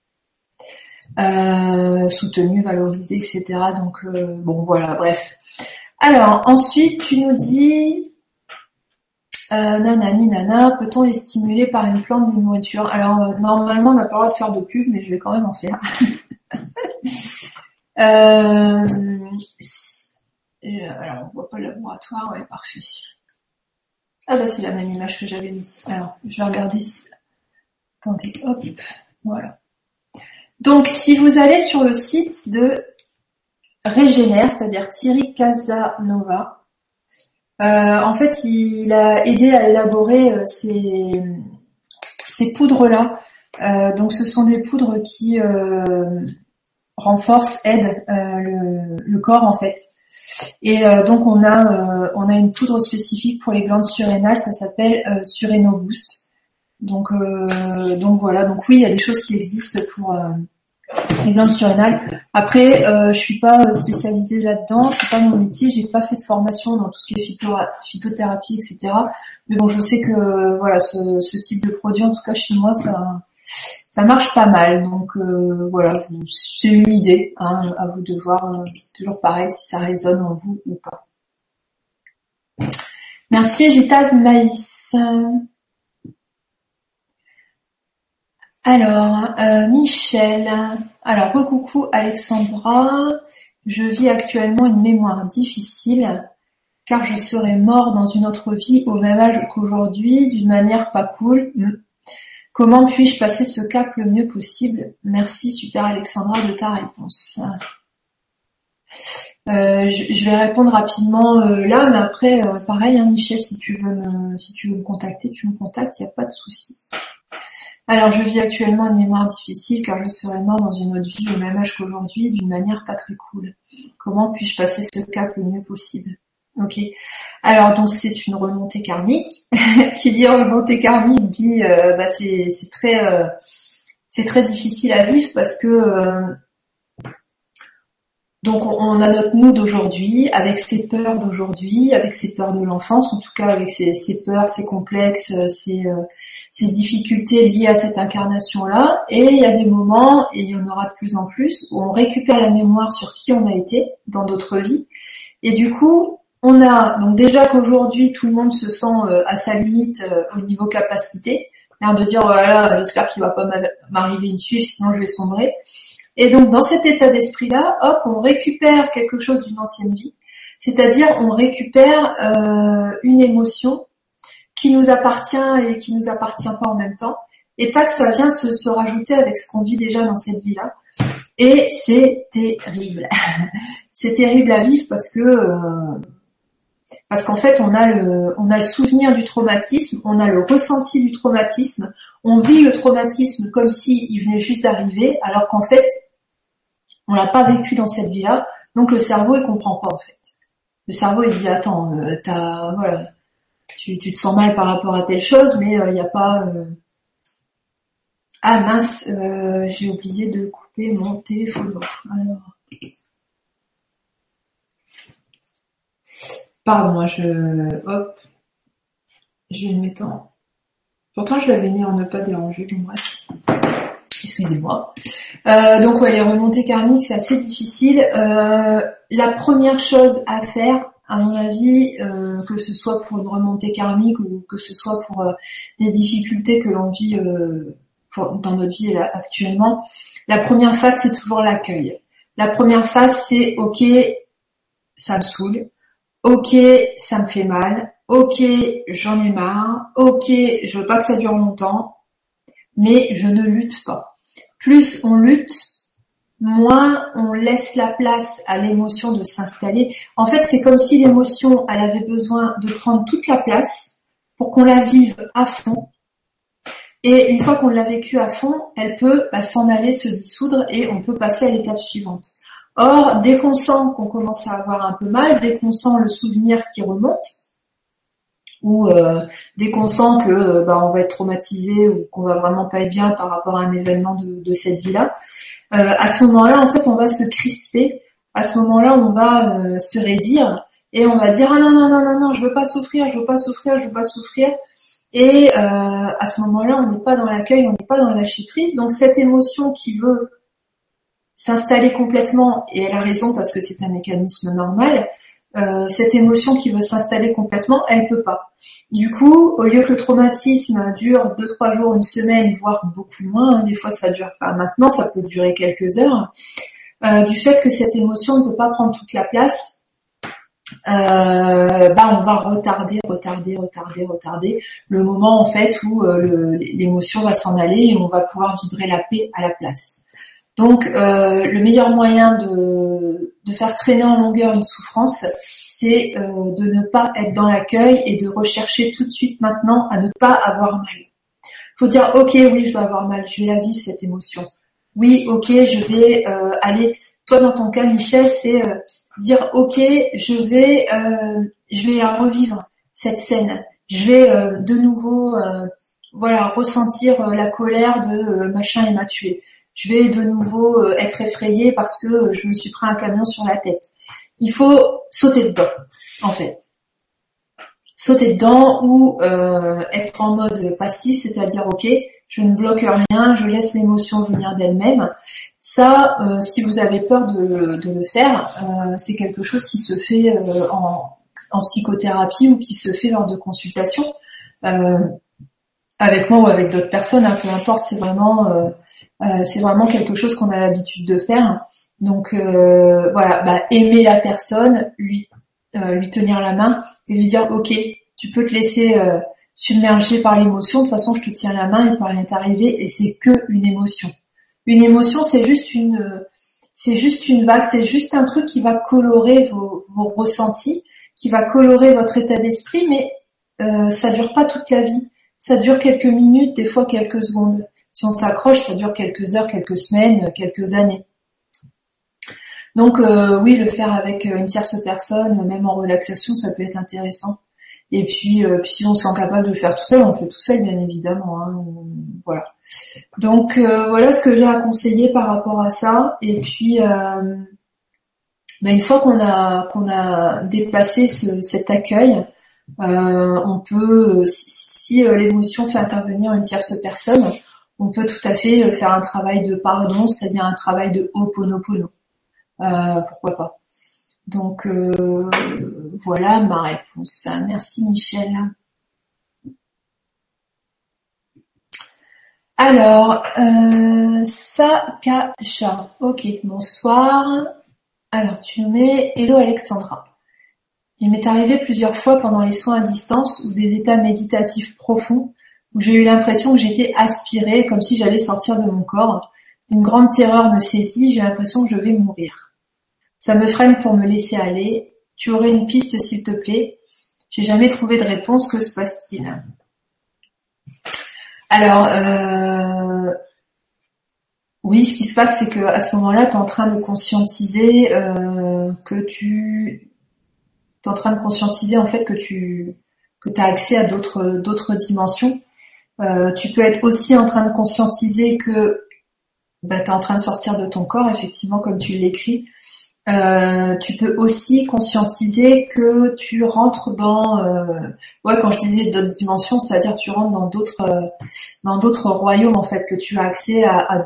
valorisée, etc. Donc bon voilà, bref. Alors ensuite tu nous dis nanani nana, peut-on les stimuler par une plante, des nourritures? Alors normalement on n'a pas le droit de faire de pub, mais je vais quand même en faire. Alors on voit pas le laboratoire, ouais parfait. Ah bah c'est la même image que j'avais mis. Alors je vais regarder. Attendez, hop, voilà. Donc si vous allez sur le site de Régénère, c'est-à-dire Thierry Casanova, en fait, il a aidé à élaborer ces poudres-là. Donc, ce sont des poudres qui renforcent, aident le corps, en fait. Et donc, on a une poudre spécifique pour les glandes surrénales, ça s'appelle Surréno Boost. Donc voilà. Donc oui, il y a des choses qui existent pour les glandes surrénales. Après, je suis pas spécialisée là-dedans, c'est pas mon métier, j'ai pas fait de formation dans tout ce qui est phytothérapie, etc. Mais bon, je sais que voilà, ce type de produit, en tout cas chez moi, ça marche pas mal. Donc voilà, c'est une idée, hein, à vous de voir. Toujours pareil, si ça résonne en vous ou pas. Merci Gita de Maïs. Alors, Michel. Alors, recoucou Alexandra. Je vis actuellement une mémoire difficile car je serais mort dans une autre vie au même âge qu'aujourd'hui d'une manière pas cool. Comment puis-je passer ce cap le mieux possible? Merci super Alexandra de ta réponse. Je vais répondre rapidement là, mais après pareil hein, Michel, si tu veux me contacter, tu me contactes, il n'y a pas de souci. Alors, je vis actuellement une mémoire difficile car je serais mort dans une autre vie au même âge qu'aujourd'hui d'une manière pas très cool. Comment puis-je passer ce cap le mieux possible? Ok. Alors donc c'est une remontée karmique. Qui dit remontée karmique dit c'est très difficile à vivre parce que donc on a notre nous d'aujourd'hui, avec ses peurs d'aujourd'hui, avec ses peurs de l'enfance, en tout cas avec ses peurs, ses complexes, ses difficultés liées à cette incarnation-là. Et il y a des moments, et il y en aura de plus en plus, où on récupère la mémoire sur qui on a été dans d'autres vies. Et du coup, on a donc déjà qu'aujourd'hui tout le monde se sent à sa limite au niveau capacité, l'air de dire voilà, j'espère qu'il va pas m'arriver une suite, sinon je vais sombrer. Et donc dans cet état d'esprit-là, hop, on récupère quelque chose d'une ancienne vie, c'est-à-dire on récupère une émotion qui nous appartient et qui nous appartient pas en même temps. Et tac, ça vient se rajouter avec ce qu'on vit déjà dans cette vie-là. Et c'est terrible. C'est terrible à vivre parce qu'en fait on a le souvenir du traumatisme, on a le ressenti du traumatisme, on vit le traumatisme comme s'il venait juste d'arriver, alors qu'en fait on l'a pas vécu dans cette vie-là, donc le cerveau il comprend pas en fait. Le cerveau il dit attends, tu te sens mal par rapport à telle chose, mais il y a pas. Ah mince, j'ai oublié de couper mon téléphone. Alors. Pardon, je vais le mettre en. Pourtant, je l'avais mis en ne pas déranger, bon bref. Excusez-moi. Donc ouais, les remontées karmiques, c'est assez difficile. La première chose à faire, à mon avis, que ce soit pour une remontée karmique ou que ce soit pour les difficultés que l'on vit dans notre vie là, actuellement, la première phase, c'est toujours l'accueil. La première phase, c'est ok, ça me saoule. Ok, ça me fait mal. Ok, j'en ai marre. Ok, je veux pas que ça dure longtemps. Mais je ne lutte pas. Plus on lutte, moins on laisse la place à l'émotion de s'installer. En fait, c'est comme si l'émotion, elle avait besoin de prendre toute la place pour qu'on la vive à fond. Et une fois qu'on l'a vécue à fond, elle peut s'en aller, se dissoudre et on peut passer à l'étape suivante. Or, dès qu'on sent qu'on commence à avoir un peu mal, dès qu'on sent le souvenir qui remonte, ou dès qu'on sent que on va être traumatisé ou qu'on va vraiment pas être bien par rapport à un événement de cette vie-là, à ce moment-là, en fait, on va se crisper. À ce moment-là, on va se raidir et on va dire ah non, je veux pas souffrir. Et à ce moment-là, on n'est pas dans l'accueil, on n'est pas dans le lâcher prise. Donc cette émotion qui veut s'installer complètement, et elle a raison parce que c'est un mécanisme normal, cette émotion qui veut s'installer complètement, elle peut pas. Du coup, au lieu que le traumatisme dure 2-3 jours, une semaine, voire beaucoup moins, des fois ça dure, maintenant ça peut durer quelques heures, du fait que cette émotion ne peut pas prendre toute la place, on va retarder le moment en fait où l'émotion va s'en aller et on va pouvoir vibrer la paix à la place. Donc le meilleur moyen de faire traîner en longueur une souffrance, c'est de ne pas être dans l'accueil et de rechercher tout de suite maintenant à ne pas avoir mal. Faut dire ok, oui, je vais avoir mal, je vais la vivre cette émotion. Oui, ok, je vais aller. Toi dans ton cas, Michel, c'est dire ok, je vais la revivre cette scène. Je vais de nouveau ressentir la colère de machin et m'a tué. Je vais de nouveau être effrayée parce que je me suis pris un camion sur la tête. Il faut sauter dedans, en fait. Sauter dedans ou être en mode passif, c'est-à-dire ok, je ne bloque rien, je laisse l'émotion venir d'elle-même. Ça, si vous avez peur de le faire, c'est quelque chose qui se fait en psychothérapie ou qui se fait lors de consultations avec moi ou avec d'autres personnes, peu importe, c'est vraiment quelque chose qu'on a l'habitude de faire. Donc aimer la personne, lui tenir la main et lui dire ok, tu peux te laisser submerger par l'émotion, de toute façon je te tiens la main, il peut rien t'arriver et c'est que une émotion. Une émotion, c'est juste une vague, c'est juste un truc qui va colorer vos ressentis, qui va colorer votre état d'esprit, mais ça dure pas toute la vie. Ça dure quelques minutes, des fois quelques secondes. Si on s'accroche, ça dure quelques heures, quelques semaines, quelques années. Donc oui, le faire avec une tierce personne, même en relaxation, ça peut être intéressant. Et puis si on se sent capable de le faire tout seul, on le fait tout seul, bien évidemment. Hein. Voilà. Donc voilà ce que j'ai à conseiller par rapport à ça. Et puis une fois qu'on a dépassé cet accueil, on peut, si l'émotion fait intervenir une tierce personne, on peut tout à fait faire un travail de pardon, c'est-à-dire un travail de Ho'oponopono. Pourquoi pas. Donc voilà ma réponse. Merci Michel. Alors, Sakasha. Ok, bonsoir. Alors tu mets Hello Alexandra. Il m'est arrivé plusieurs fois pendant les soins à distance ou des états méditatifs profonds où j'ai eu l'impression que j'étais aspirée comme si j'allais sortir de mon corps. Une grande terreur me saisit, j'ai l'impression que je vais mourir. Ça me freine pour me laisser aller. Tu aurais une piste s'il te plaît? J'ai jamais trouvé de réponse, que se passe-t-il? Alors, oui, ce qui se passe, c'est que à ce moment-là, tu es en train de conscientiser t'es en train de conscientiser en fait que t'as accès à d'autres dimensions. Tu peux être aussi en train de conscientiser que t'es en train de sortir de ton corps, effectivement, comme tu l'écris. Tu peux aussi conscientiser que tu rentres dans quand je disais d'autres dimensions, c'est-à-dire tu rentres dans d'autres royaumes en fait, que tu as accès à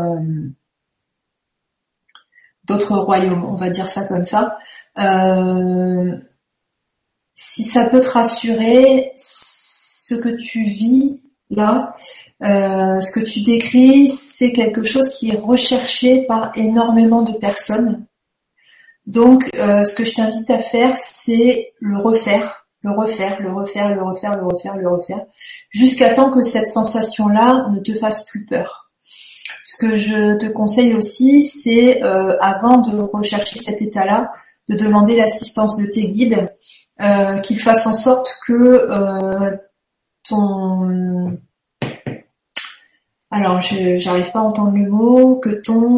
d'autres royaumes, on va dire ça comme ça. Si ça peut te rassurer, ce que tu vis là, ce que tu décris, c'est quelque chose qui est recherché par énormément de personnes. Donc, ce que je t'invite à faire, c'est le refaire, jusqu'à temps que cette sensation-là ne te fasse plus peur. Ce que je te conseille aussi, c'est avant de rechercher cet état-là, de demander l'assistance de tes guides, qu'ils fassent en sorte que alors j'arrive pas à entendre le mot, que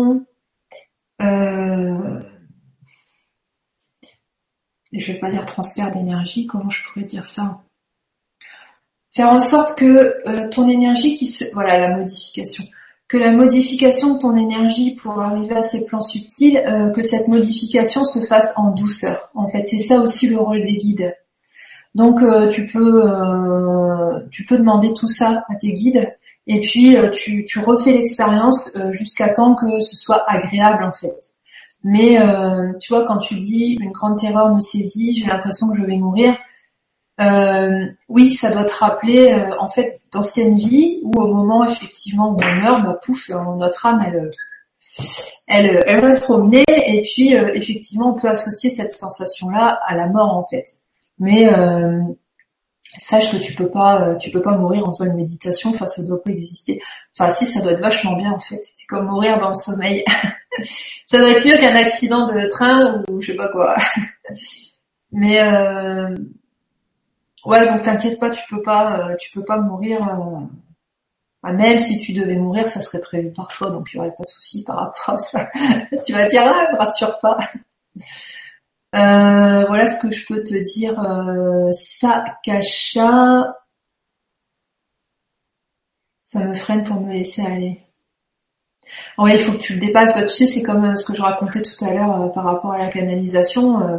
je vais pas dire transfert d'énergie, comment je pourrais dire ça? Faire en sorte que ton énergie voilà, la modification. Que la modification de ton énergie pour arriver à ces plans subtils, que cette modification se fasse en douceur. En fait, c'est ça aussi le rôle des guides. Donc tu peux demander tout ça à tes guides et puis tu refais l'expérience jusqu'à temps que ce soit agréable en fait. Mais tu vois, quand tu dis une grande terreur me saisit, j'ai l'impression que je vais mourir. Oui, ça doit te rappeler en fait d'anciennes vies où au moment effectivement où on meurt, pouf, notre âme elle va se promener et puis effectivement on peut associer cette sensation-là à la mort en fait. Mais sache que tu peux pas mourir en faisant une méditation. Enfin, ça doit pas exister. Enfin, si, ça doit être vachement bien en fait. C'est comme mourir dans le sommeil. Ça doit être mieux qu'un accident de train ou je sais pas quoi. Mais ouais, donc t'inquiète pas, tu peux pas mourir. Même si tu devais mourir, ça serait prévu par toi, donc il y aurait pas de souci par rapport à ça. Tu vas dire me rassure pas. Voilà ce que je peux te dire. Sakasha, ça me freine pour me laisser aller. Ouais, il faut que tu le dépasses. Tu sais, c'est comme ce que je racontais tout à l'heure par rapport à la canalisation.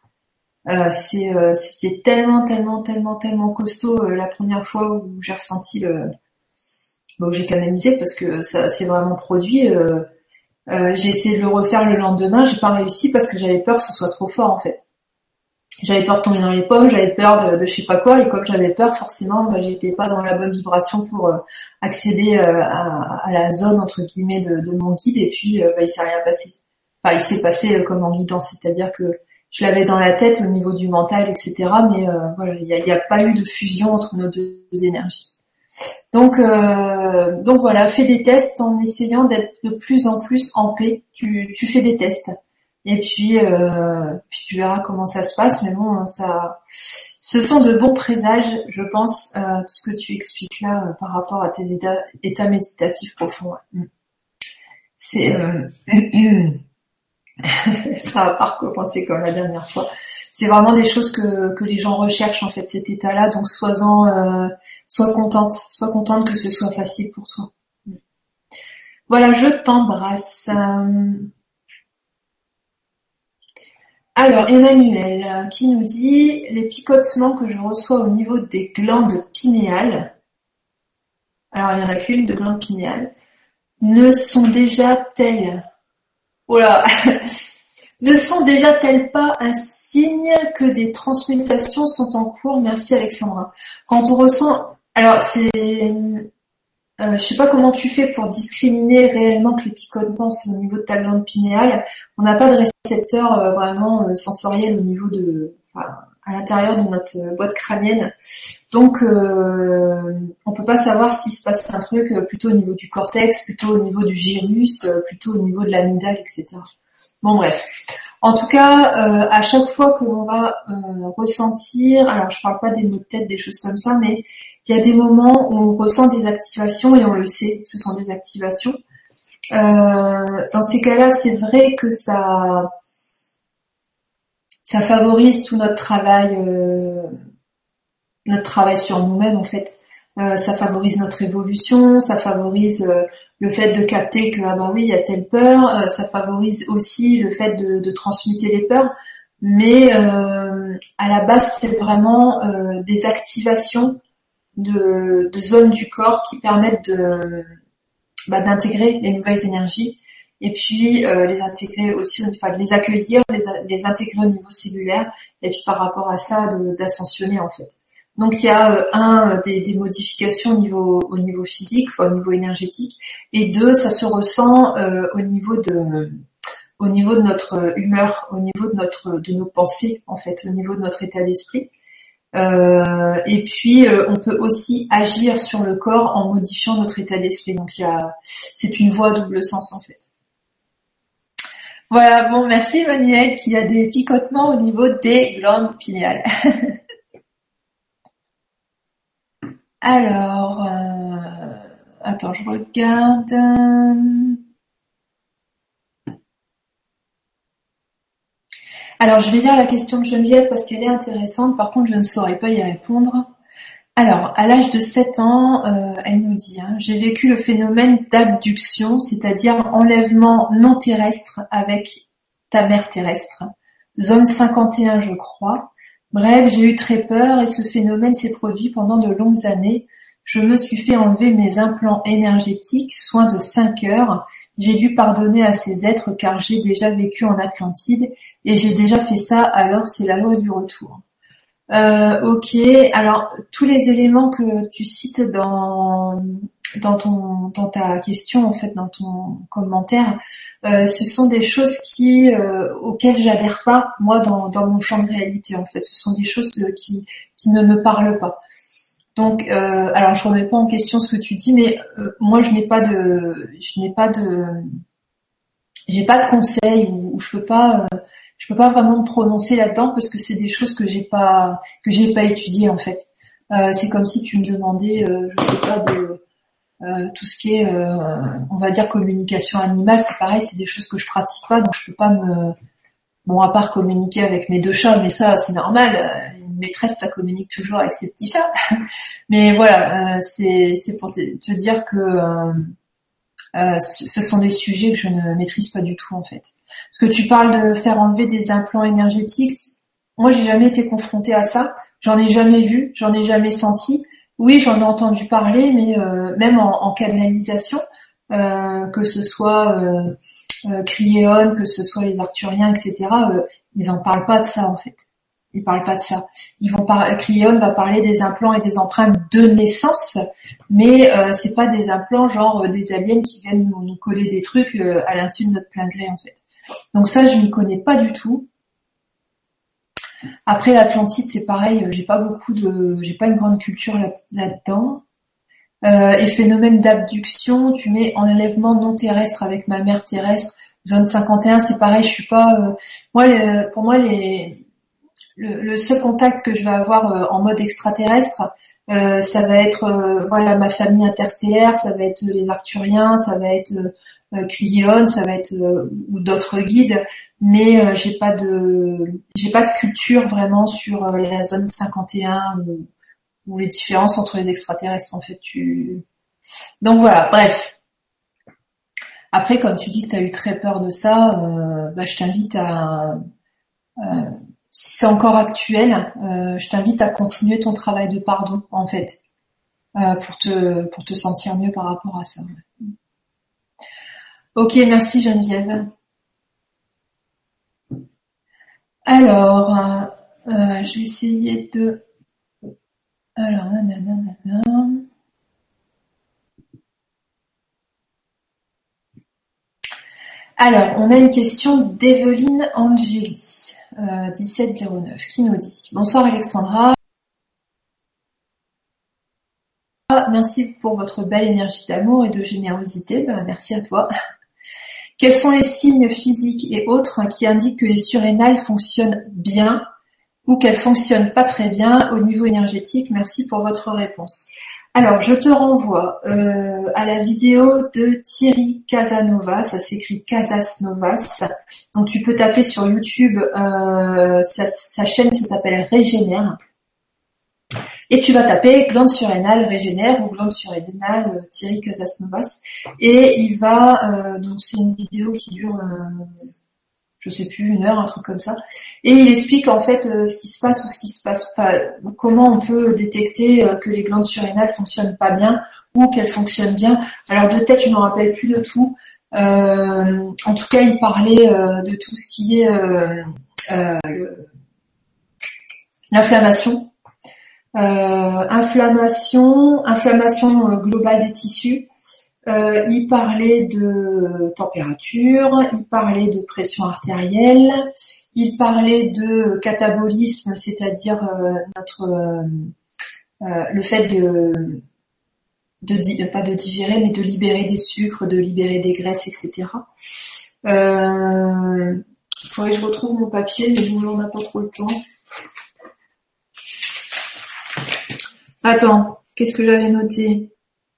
C'était tellement costaud la première fois où j'ai ressenti où j'ai canalisé parce que ça s'est vraiment produit. J'ai essayé de le refaire le lendemain, j'ai pas réussi parce que j'avais peur que ce soit trop fort en fait. J'avais peur de tomber dans les pommes, j'avais peur de je sais pas quoi, et comme j'avais peur, forcément, j'étais pas dans la bonne vibration pour accéder à la zone entre guillemets de mon guide, et puis il s'est rien passé. Enfin, il s'est passé comme en guidance, c'est-à-dire que je l'avais dans la tête au niveau du mental, etc. Mais voilà, il y a pas eu de fusion entre nos deux énergies. Donc voilà, fais des tests en essayant d'être de plus en plus en paix. Tu fais des tests. Et puis tu verras comment ça se passe. Mais bon, ce sont de bons présages, je pense, tout ce que tu expliques là par rapport à tes états méditatifs profonds. Ouais. C'est Ça va pas recommencer comme la dernière fois. C'est vraiment des choses que les gens recherchent en fait, cet état-là. Donc sois contente que ce soit facile pour toi. Voilà, je t'embrasse. Alors Emmanuel qui nous dit les picotements que je reçois au niveau des glandes pinéales. Alors il y en a qu'une de glande pinéale. Ne sont déjà-elles, oh là, ne sont déjà-elles pas un signe que des transmutations sont en cours? Merci Alexandra. Quand on ressent, alors je sais pas comment tu fais pour discriminer réellement que les picotements c'est au niveau de ta glande pinéale. On n'a pas de récepteur vraiment sensoriel au niveau enfin, à l'intérieur de notre boîte crânienne. Donc on peut pas savoir s'il se passe un truc plutôt au niveau du cortex, plutôt au niveau du gyrus, plutôt au niveau de l'amygdale, etc. Bon bref. En tout cas, à chaque fois que l'on va ressentir, alors je parle pas des maux de tête, des choses comme ça, mais il y a des moments où on ressent des activations et on le sait, ce sont des activations. Dans ces cas-là, c'est vrai que ça favorise tout notre travail sur nous-mêmes en fait. Ça favorise notre évolution, ça favorise le fait de capter que ah bah oui il y a telle peur, ça favorise aussi le fait de transmuter les peurs, mais à la base c'est vraiment des activations de zones du corps qui permettent d'intégrer les nouvelles énergies et puis les intégrer aussi, enfin de les accueillir, les intégrer au niveau cellulaire et puis par rapport à ça d'ascensionner en fait. Donc il y a des modifications au niveau physique, enfin, au niveau énergétique, et deux, ça se ressent au niveau de notre humeur, au niveau de nos pensées en fait, au niveau de notre état d'esprit. Et puis on peut aussi agir sur le corps en modifiant notre état d'esprit. Donc c'est une voie à double sens en fait. Voilà, bon merci Emmanuel qui a des picotements au niveau des glandes pinéales. Alors, attends, je regarde. Alors, je vais lire la question de Geneviève parce qu'elle est intéressante. Par contre, je ne saurais pas y répondre. Alors, à l'âge de 7 ans, elle nous dit, j'ai vécu le phénomène d'abduction, c'est-à-dire enlèvement non terrestre avec ta mère terrestre. Zone 51, je crois. Bref, j'ai eu très peur et ce phénomène s'est produit pendant de longues années. Je me suis fait enlever mes implants énergétiques, soin de 5 heures. J'ai dû pardonner à ces êtres car j'ai déjà vécu en Atlantide et j'ai déjà fait ça, alors c'est la loi du retour. Ok, alors tous les éléments que tu cites dans ta question, en fait, dans ton commentaire, ce sont des choses auxquelles j'adhère pas, moi, dans mon champ de réalité, en fait. Ce sont des choses qui ne me parlent pas. Donc, alors je remets pas en question ce que tu dis, mais moi j'ai pas de conseils où je peux pas vraiment me prononcer là-dedans parce que c'est des choses que j'ai pas étudiées en fait. C'est comme si tu me demandais, je sais pas, de tout ce qui est, on va dire communication animale, c'est pareil, c'est des choses que je pratique pas, donc je peux pas bon, à part communiquer avec mes 2 chats, mais ça, c'est normal. Une maîtresse, ça communique toujours avec ses petits chats. Mais voilà, c'est pour te dire que ce sont des sujets que je ne maîtrise pas du tout, en fait. Parce que tu parles de faire enlever des implants énergétiques. Moi, j'ai jamais été confrontée à ça. J'en ai jamais vu, j'en ai jamais senti. Oui, j'en ai entendu parler, mais même en canalisation, que ce soit Criéon, que ce soit les Arthuriens, etc. Ils en parlent pas de ça en fait. Ils parlent pas de ça. Criéon va parler des implants et des empreintes de naissance, mais c'est pas des implants genre des aliens qui viennent nous coller des trucs à l'insu de notre plein gré en fait. Donc ça, je m'y connais pas du tout. Après l'Atlantide, c'est pareil. J'ai pas une grande culture là-dedans. Et phénomène d'abduction, tu mets enlèvement non terrestre avec ma mère terrestre, zone 51, c'est pareil, je suis pas pour moi le seul contact que je vais avoir en mode extraterrestre, ça va être voilà ma famille interstellaire, ça va être les Arthuriens, ça va être Crion, ça va être ou d'autres guides, mais j'ai pas de culture vraiment sur la zone 51 ou les différences entre les extraterrestres en fait. Donc voilà, bref. Après, comme tu dis que tu as eu très peur de ça, je t'invite si c'est encore actuel, je t'invite à continuer ton travail de pardon en fait, pour te sentir mieux par rapport à ça. Ok, merci Geneviève. Alors, je vais essayer de... Alors, nanana. Alors, on a une question d'Evelyne Angeli, 1709, qui nous dit: Bonsoir Alexandra, merci pour votre belle énergie d'amour et de générosité. Merci à toi. Quels sont les signes physiques et autres qui indiquent que les surrénales fonctionnent bien ou qu'elles fonctionnent pas très bien au niveau énergétique? Merci pour votre réponse. Alors, je te renvoie à la vidéo de Thierry Casanova, ça s'écrit Casasnovas. Donc tu peux taper sur YouTube, sa chaîne, ça s'appelle Régénère. Et tu vas taper glande surrénale Régénère ou glande surrénale Thierry Casasnovas. Et il va, donc c'est une vidéo qui dure, je sais plus, 1 heure, un truc comme ça. Et il explique en fait ce qui se passe ou ce qui se passe pas, comment on peut détecter que les glandes surrénales fonctionnent pas bien ou qu'elles fonctionnent bien. Alors de tête, je me rappelle plus de tout. En tout cas, il parlait de tout ce qui est l'inflammation. Inflammation globale des tissus. Il parlait de température, il parlait de pression artérielle, il parlait de catabolisme, c'est-à-dire le fait pas de digérer, mais de libérer des sucres, de libérer des graisses, etc. Il faudrait que je retrouve mon papier, mais bon, on n'a pas trop le temps. Attends, qu'est-ce que j'avais noté?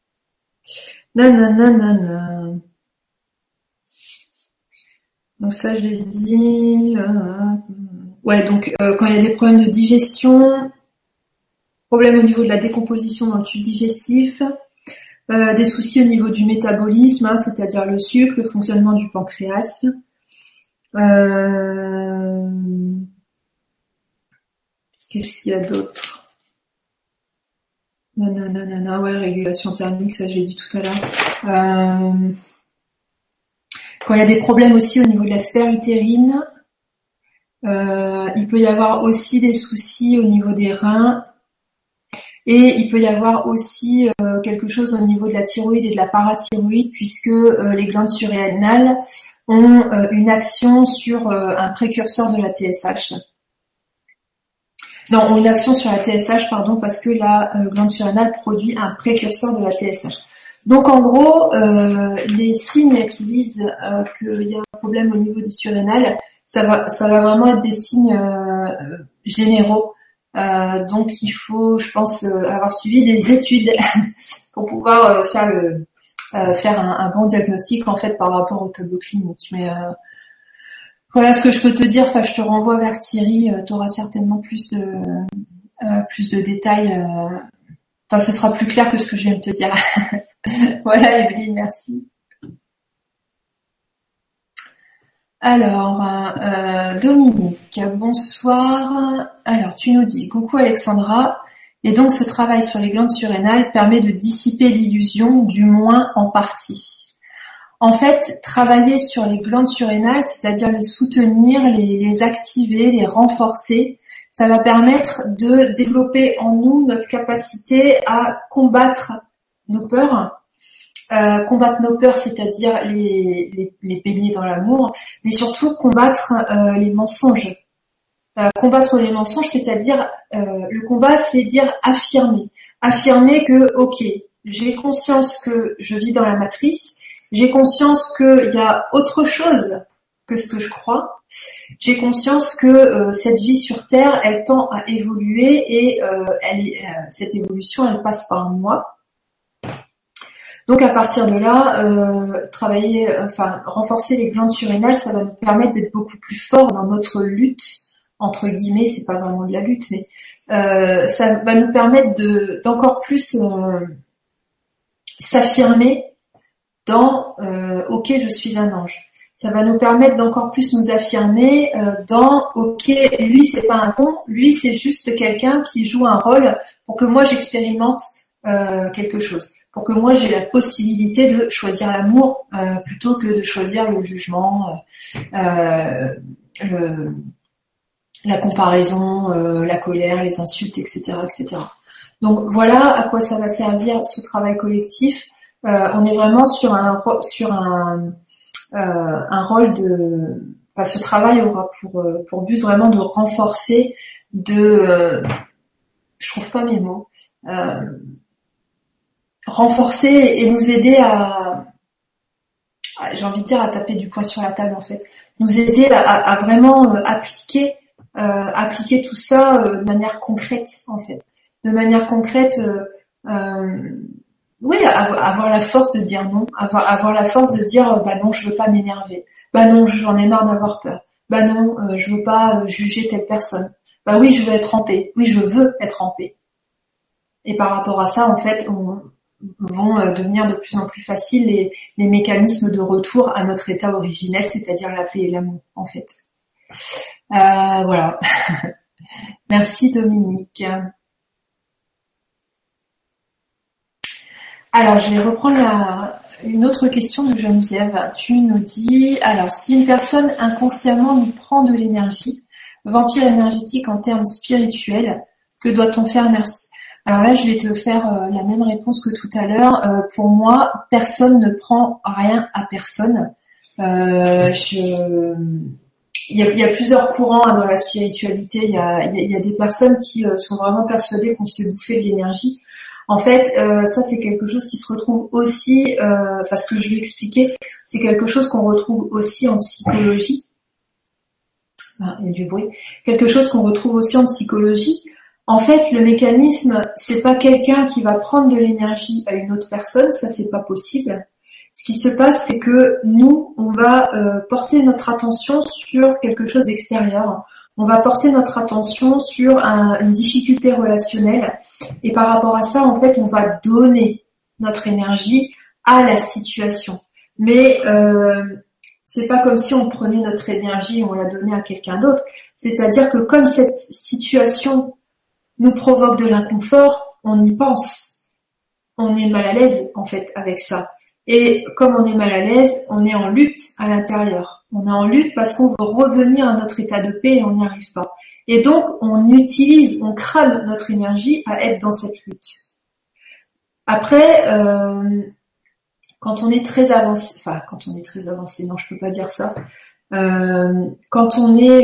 Nanana. Donc ça, je l'ai dit. Ouais, donc quand il y a des problèmes de digestion, problèmes au niveau de la décomposition dans le tube digestif, des soucis au niveau du métabolisme, c'est-à-dire le sucre, le fonctionnement du pancréas. Qu'est-ce qu'il y a d'autre? Nanana, ouais, régulation thermique, ça j'ai dit tout à l'heure. Quand il y a des problèmes aussi au niveau de la sphère utérine, il peut y avoir aussi des soucis au niveau des reins, et il peut y avoir aussi quelque chose au niveau de la thyroïde et de la parathyroïde, puisque les glandes surrénales ont une action sur un précurseur de la TSH. Non, une action sur la TSH, pardon, parce que la glande surrénale produit un précurseur de la TSH. Donc en gros, les signes qui disent qu'il y a un problème au niveau des surrénales, ça va vraiment être des signes généraux. Donc il faut, je pense, avoir suivi des études pour pouvoir faire un bon diagnostic en fait par rapport au tableau clinique. Mais voilà ce que je peux te dire. Enfin, je te renvoie vers Thierry. Tu auras certainement plus de détails. Enfin, ce sera plus clair que ce que je viens de te dire. Voilà, Evelyne, merci. Alors, Dominique, bonsoir. Alors, tu nous dis, coucou Alexandra. Et donc, ce travail sur les glandes surrénales permet de dissiper l'illusion, du moins en partie. En fait, travailler sur les glandes surrénales, c'est-à-dire les soutenir, les activer, les renforcer, ça va permettre de développer en nous notre capacité à combattre nos peurs. Combattre nos peurs, c'est-à-dire les baigner dans l'amour, mais surtout combattre les mensonges. Combattre les mensonges, c'est-à-dire le combat, c'est dire affirmer que ok, j'ai conscience que je vis dans la matrice. J'ai conscience qu'il y a autre chose que ce que je crois. J'ai conscience que cette vie sur Terre, elle tend à évoluer et cette évolution, elle passe par moi. Donc à partir de là, renforcer les glandes surrénales, ça va nous permettre d'être beaucoup plus forts dans notre lutte, entre guillemets, c'est pas vraiment de la lutte, mais ça va nous permettre d'encore plus s'affirmer dans ok, je suis un ange. Ça va nous permettre d'encore plus nous affirmer dans ok, lui c'est pas un con, lui c'est juste quelqu'un qui joue un rôle pour que moi j'expérimente quelque chose, pour que moi j'ai la possibilité de choisir l'amour plutôt que de choisir le jugement, la comparaison, la colère, les insultes, etc., etc. Donc voilà à quoi ça va servir ce travail collectif. On est vraiment sur un rôle de, enfin, ce travail aura pour but vraiment de renforcer, je trouve pas mes mots, renforcer et nous aider j'ai envie de dire à taper du poing sur la table en fait, nous aider à vraiment appliquer tout ça de manière concrète en fait, de manière concrète. Oui, avoir la force de dire non, avoir la force de dire bah non, je veux pas m'énerver, bah non, j'en ai marre d'avoir peur, bah non, je veux pas juger telle personne, bah oui, je veux être en paix, oui, je veux être en paix. Et par rapport à ça, en fait, vont devenir de plus en plus faciles les mécanismes de retour à notre état originel, c'est-à-dire la paix et l'amour, en fait. Voilà. Merci Dominique. Alors, je vais reprendre une autre question de Geneviève. Tu nous dis, alors, si une personne inconsciemment nous prend de l'énergie, vampire énergétique en termes spirituels, que doit-on faire? Merci. Alors là, je vais te faire la même réponse que tout à l'heure. Pour moi, personne ne prend rien à personne. Il y a plusieurs courants dans la spiritualité. Il y a des personnes qui sont vraiment persuadées qu'on se fait bouffer de l'énergie. En fait, ça c'est quelque chose qui se retrouve aussi, ce que je vais expliquer, c'est quelque chose qu'on retrouve aussi en psychologie. Ah, il y a du bruit. Quelque chose qu'on retrouve aussi en psychologie. En fait, le mécanisme, c'est pas quelqu'un qui va prendre de l'énergie à une autre personne, ça c'est pas possible. Ce qui se passe, c'est que nous, on va porter notre attention sur quelque chose d'extérieur. On va porter notre attention sur une difficulté relationnelle et par rapport à ça, en fait, on va donner notre énergie à la situation. Mais c'est pas comme si on prenait notre énergie et on la donnait à quelqu'un d'autre. C'est-à-dire que comme cette situation nous provoque de l'inconfort, on y pense. On est mal à l'aise, en fait, avec ça. Et comme on est mal à l'aise, on est en lutte à l'intérieur. On est en lutte parce qu'on veut revenir à notre état de paix et on n'y arrive pas. Et donc, on crame notre énergie à être dans cette lutte. Après, quand on est très avancé, non, je peux pas dire ça. Quand on est,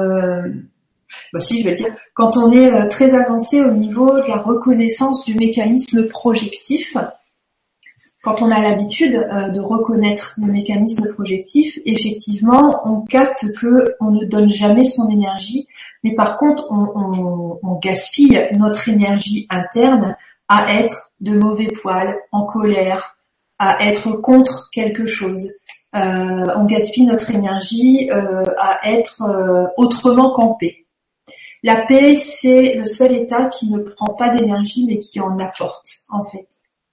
si, je vais le dire, quand on est très avancé au niveau de la reconnaissance du mécanisme projectif, quand on a l'habitude de reconnaître le mécanisme projectif, effectivement, on capte que on ne donne jamais son énergie, mais par contre, on gaspille notre énergie interne à être de mauvais poil, en colère, à être contre quelque chose. On gaspille notre énergie à être autrement qu'en paix. La paix, c'est le seul état qui ne prend pas d'énergie, mais qui en apporte, en fait.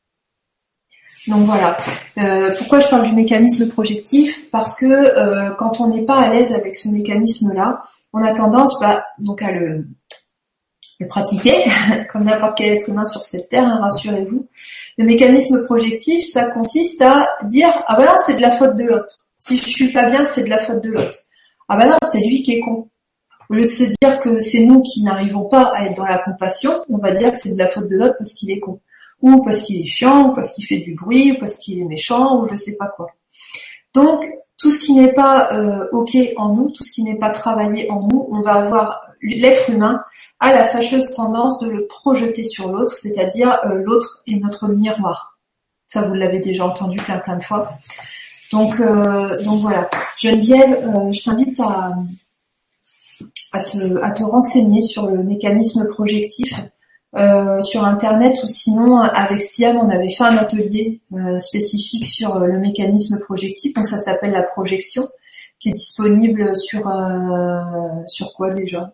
Donc voilà. Pourquoi je parle du mécanisme projectif? Parce que quand on n'est pas à l'aise avec ce mécanisme-là, on a tendance donc à le pratiquer, comme n'importe quel être humain sur cette terre, hein, rassurez-vous. Le mécanisme projectif, ça consiste à dire « Ah ben non, c'est de la faute de l'autre. Si je suis pas bien, c'est de la faute de l'autre. Ah ben non, c'est lui qui est con. » Au lieu de se dire que c'est nous qui n'arrivons pas à être dans la compassion, on va dire que c'est de la faute de l'autre parce qu'il est con. Ou parce qu'il est chiant, ou parce qu'il fait du bruit, ou parce qu'il est méchant, ou je sais pas quoi. Donc, tout ce qui n'est pas ok en nous, tout ce qui n'est pas travaillé en nous, on va avoir, l'être humain a la fâcheuse tendance de le projeter sur l'autre, c'est-à-dire l'autre est notre miroir. Ça, vous l'avez déjà entendu plein de fois. Donc voilà. Geneviève, je t'invite à te renseigner sur le mécanisme projectif. sur internet, ou sinon avec Siam on avait fait un atelier spécifique sur le mécanisme projectif, donc ça s'appelle la projection, qui est disponible sur quoi déjà,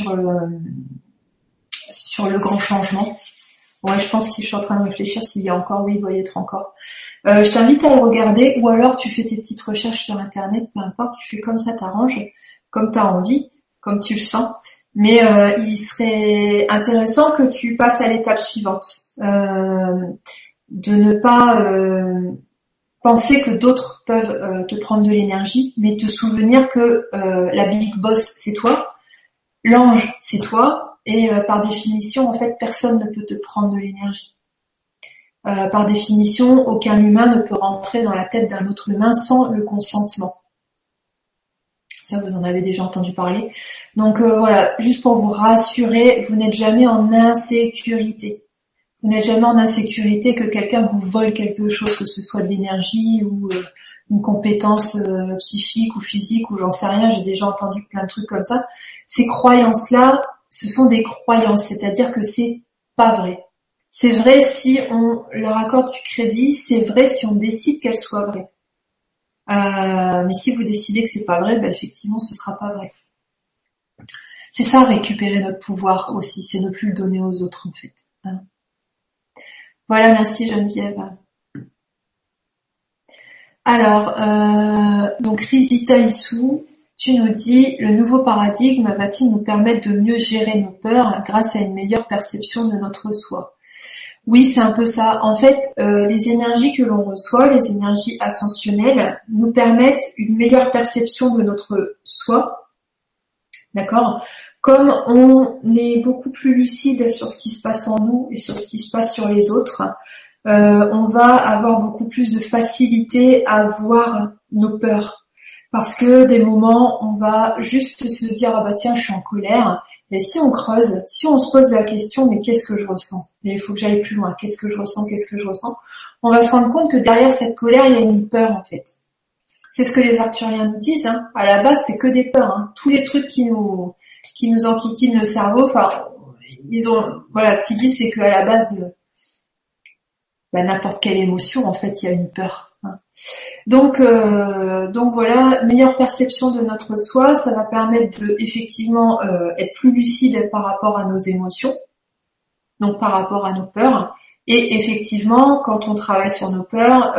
sur le grand changement. Ouais, je pense que je suis en train de réfléchir s'il y a encore, oui, il doit y être encore. Je t'invite à le regarder, ou alors tu fais tes petites recherches sur internet, peu importe, tu fais comme ça t'arrange, comme t'as envie, comme tu le sens. Mais il serait intéressant que tu passes à l'étape suivante, de ne pas penser que d'autres peuvent te prendre de l'énergie, mais te souvenir que la big boss c'est toi, l'ange c'est toi, et par définition en fait personne ne peut te prendre de l'énergie. Par définition, aucun humain ne peut rentrer dans la tête d'un autre humain sans le consentement. Ça, vous en avez déjà entendu parler. Donc voilà, juste pour vous rassurer, vous n'êtes jamais en insécurité. Vous n'êtes jamais en insécurité que quelqu'un vous vole quelque chose, que ce soit de l'énergie ou une compétence psychique ou physique ou j'en sais rien. J'ai déjà entendu plein de trucs comme ça. Ces croyances-là, ce sont des croyances, c'est-à-dire que c'est pas vrai. C'est vrai si on leur accorde du crédit, c'est vrai si on décide qu'elles soient vraies. Mais si vous décidez que c'est pas vrai, effectivement, ce sera pas vrai. C'est ça, récupérer notre pouvoir aussi, c'est ne plus le donner aux autres en fait. Voilà, merci Geneviève. Alors, donc Rizita Issou, tu nous dis, le nouveau paradigme va-t-il nous permettre de mieux gérer nos peurs grâce à une meilleure perception de notre soi? Oui, c'est un peu ça. En fait, les énergies que l'on reçoit, les énergies ascensionnelles, nous permettent une meilleure perception de notre soi. D'accord ? Comme on est beaucoup plus lucide sur ce qui se passe en nous et sur ce qui se passe sur les autres, on va avoir beaucoup plus de facilité à voir nos peurs. Parce que des moments, on va juste se dire, ah bah tiens, je suis en colère. Et si on creuse, si on se pose la question, mais qu'est-ce que je ressens? Mais il faut que j'aille plus loin. Qu'est-ce que je ressens? Qu'est-ce que je ressens? On va se rendre compte que derrière cette colère, il y a une peur, en fait. C'est ce que les arthuriens nous disent, hein. À la base, c'est que des peurs, hein. Tous les trucs qui nous enquiquinent le cerveau, voilà, ce qu'ils disent, c'est qu'à la base de, n'importe quelle émotion, en fait, il y a une peur, hein. Donc voilà, meilleure perception de notre soi, ça va permettre de effectivement être plus lucide par rapport à nos émotions, donc par rapport à nos peurs. Et effectivement, quand on travaille sur nos peurs,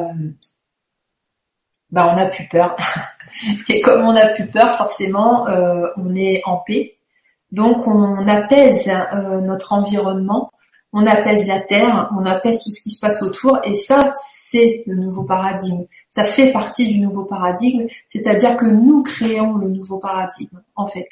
on n'a plus peur. Et comme on n'a plus peur, forcément, on est en paix. Donc on apaise notre environnement. On apaise la terre, on apaise tout ce qui se passe autour, et ça, c'est le nouveau paradigme. Ça fait partie du nouveau paradigme, c'est-à-dire que nous créons le nouveau paradigme, en fait.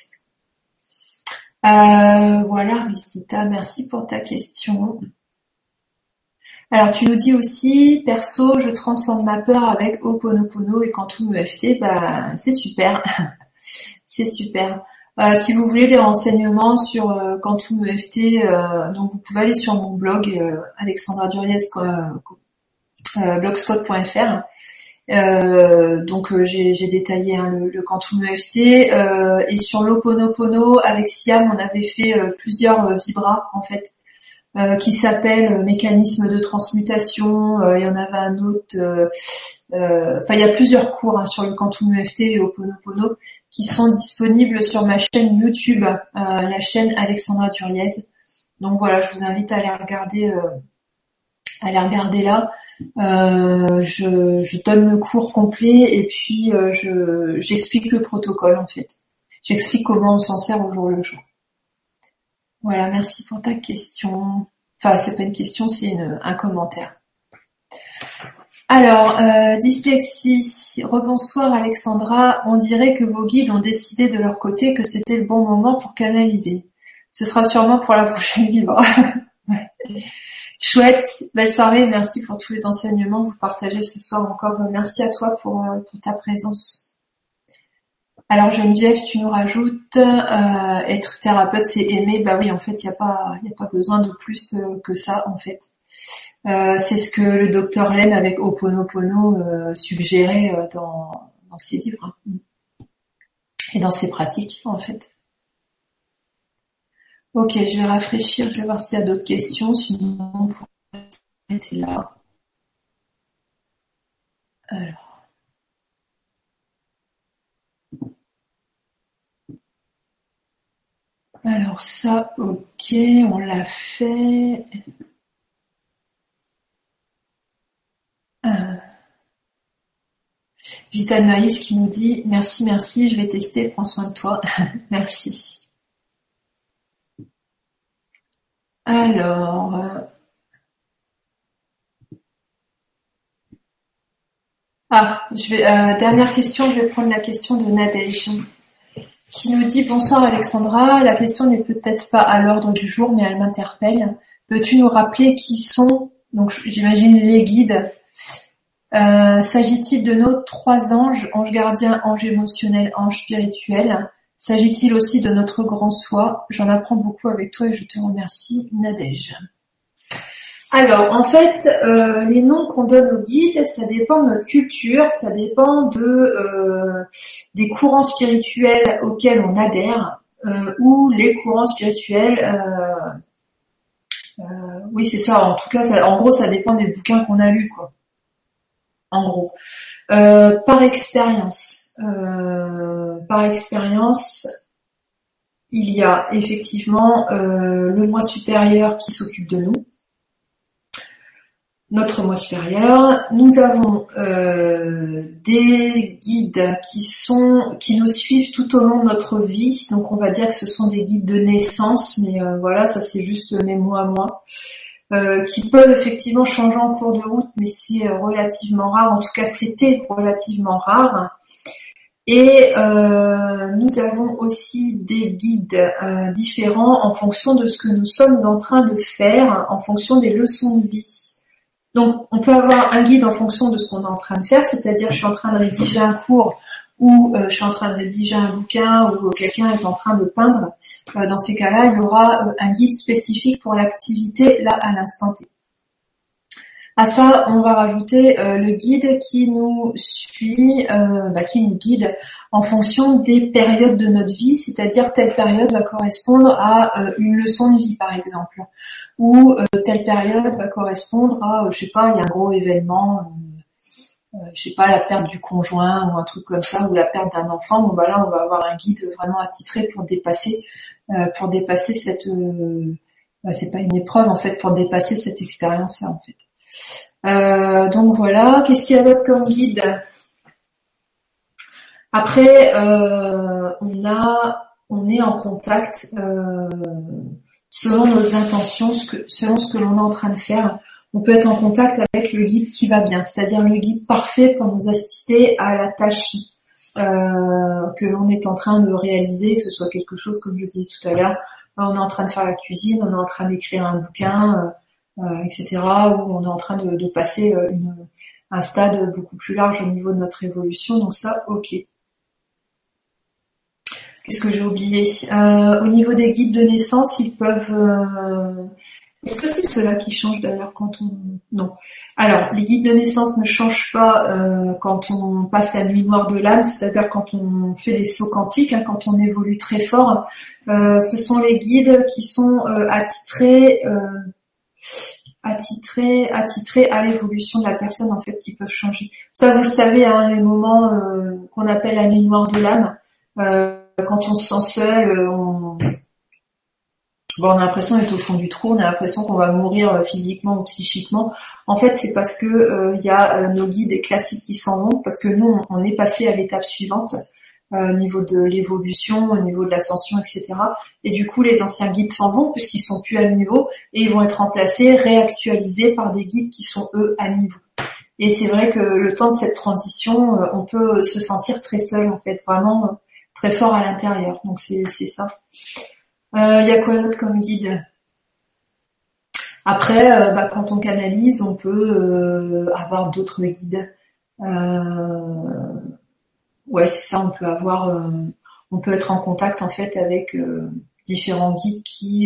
Voilà, Rizita, merci pour ta question. Alors, tu nous dis aussi, perso, je transcende ma peur avec Ho'oponopono et Quantum EFT, c'est super. C'est super. Si vous voulez des renseignements sur Quantum EFT, donc vous pouvez aller sur mon blog alexandraduriez blogspot.fr. Donc j'ai détaillé le Quantum EFT et sur l'Ho'oponopono avec Siam, on avait fait plusieurs vibras en fait qui s'appellent mécanisme de transmutation. Il y en avait un autre. Il y a plusieurs cours sur le Quantum EFT et l'Ho'oponopono qui sont disponibles sur ma chaîne YouTube, la chaîne Alexandra Duriez. Donc voilà, je vous invite à aller regarder là. Je donne le cours complet et puis j'explique le protocole en fait. J'explique comment on s'en sert au jour le jour. Voilà, merci pour ta question. Enfin, c'est pas une question, c'est un commentaire. Alors, dyslexie. Rebonsoir Alexandra. On dirait que vos guides ont décidé de leur côté que c'était le bon moment pour canaliser. Ce sera sûrement pour la prochaine vibra. Ouais. Chouette, belle soirée. Merci pour tous les enseignements que vous partagez ce soir encore. Merci à toi pour ta présence. Alors Geneviève, tu nous rajoutes être thérapeute, c'est aimer. Bah oui, en fait, il y a pas besoin de plus que ça en fait. C'est ce que le docteur Len avec Ho'oponopono suggérait dans ses livres et dans ses pratiques en fait. Ok, je vais rafraîchir, je vais voir s'il y a d'autres questions, sinon on pourrait s'arrêter là. Alors, alors ça, ok, on l'a fait. Euh, Vital Maïs qui nous dit merci, merci, je vais tester, prends soin de toi. Merci. Alors, dernière question, je vais prendre la question de Nadège qui nous dit bonsoir Alexandra, la question n'est peut-être pas à l'ordre du jour, mais elle m'interpelle. Peux-tu nous rappeler qui sont, donc j'imagine les guides, s'agit-il de nos 3 anges, ange gardien, ange émotionnel, ange spirituel? S'agit-il aussi de notre grand soi? J'en apprends beaucoup avec toi et je te remercie, Nadège. Alors, en fait, les noms qu'on donne aux guides, ça dépend de notre culture, ça dépend des courants spirituels auxquels on adhère, ou les courants spirituels. Oui, c'est ça. En tout cas, en gros, ça dépend des bouquins qu'on a lus, quoi. En gros, par expérience, il y a effectivement le moi supérieur qui s'occupe de nous. Notre moi supérieur. Nous avons des guides qui nous suivent tout au long de notre vie. Donc on va dire que ce sont des guides de naissance, mais voilà, ça c'est juste mes mots à moi, qui peuvent effectivement changer en cours de route, mais c'est relativement rare. En tout cas, c'était relativement rare. Et nous avons aussi des guides différents en fonction de ce que nous sommes en train de faire, en fonction des leçons de vie. Donc, on peut avoir un guide en fonction de ce qu'on est en train de faire, c'est-à-dire je suis en train de rédiger un cours ou je suis en train de rédiger un bouquin ou quelqu'un est en train de peindre. Dans ces cas-là, il y aura un guide spécifique pour l'activité là à l'instant T. À ça, on va rajouter le guide qui nous suit, qui nous guide en fonction des périodes de notre vie, c'est-à-dire telle période va correspondre à une leçon de vie, par exemple, ou telle période va correspondre à, je sais pas, il y a un gros événement, je sais pas, la perte du conjoint ou un truc comme ça, ou la perte d'un enfant. Bon, bah là, on va avoir un guide vraiment attitré pour dépasser cette, c'est pas une épreuve en fait, pour dépasser cette expérience-là en fait. Donc voilà, qu'est-ce qu'il y a d'autre comme guide? Après, on est en contact selon nos intentions, selon ce que l'on est en train de faire. On peut être en contact avec le guide qui va bien, c'est-à-dire le guide parfait pour nous assister à la tâche que l'on est en train de réaliser, que ce soit quelque chose, comme je disais tout à l'heure, on est en train de faire la cuisine, on est en train d'écrire un bouquin, etc., où on est en train de passer un stade beaucoup plus large au niveau de notre évolution. Donc ça, ok. Qu'est-ce que j'ai oublié? Au niveau des guides de naissance, ils peuvent... Est-ce que c'est ceux-là qui changent d'ailleurs quand on... Non. Alors, les guides de naissance ne changent pas quand on passe la nuit noire de l'âme, c'est-à-dire quand on fait des sauts quantiques, quand on évolue très fort. Ce sont les guides qui sont attitrés à l'évolution de la personne en fait, qui peuvent changer. Ça, vous le savez, les moments qu'on appelle la nuit noire de l'âme, quand on se sent seul, on a l'impression d'être au fond du trou, on a l'impression qu'on va mourir physiquement ou psychiquement. En fait, c'est parce que y a nos guides classiques qui s'en vont, parce que nous, on est passé à l'étape suivante, au niveau de l'évolution, au niveau de l'ascension, etc. Et du coup, les anciens guides s'en vont, puisqu'ils sont plus à niveau, et ils vont être remplacés, réactualisés par des guides qui sont, eux, à niveau. Et c'est vrai que le temps de cette transition, on peut se sentir très seul, en fait, vraiment très fort à l'intérieur. Donc c'est ça. Il y a quoi d'autre comme guide? Après, quand on canalise, on peut avoir d'autres guides. Ouais, c'est ça. On peut être en contact en fait avec différents guides qui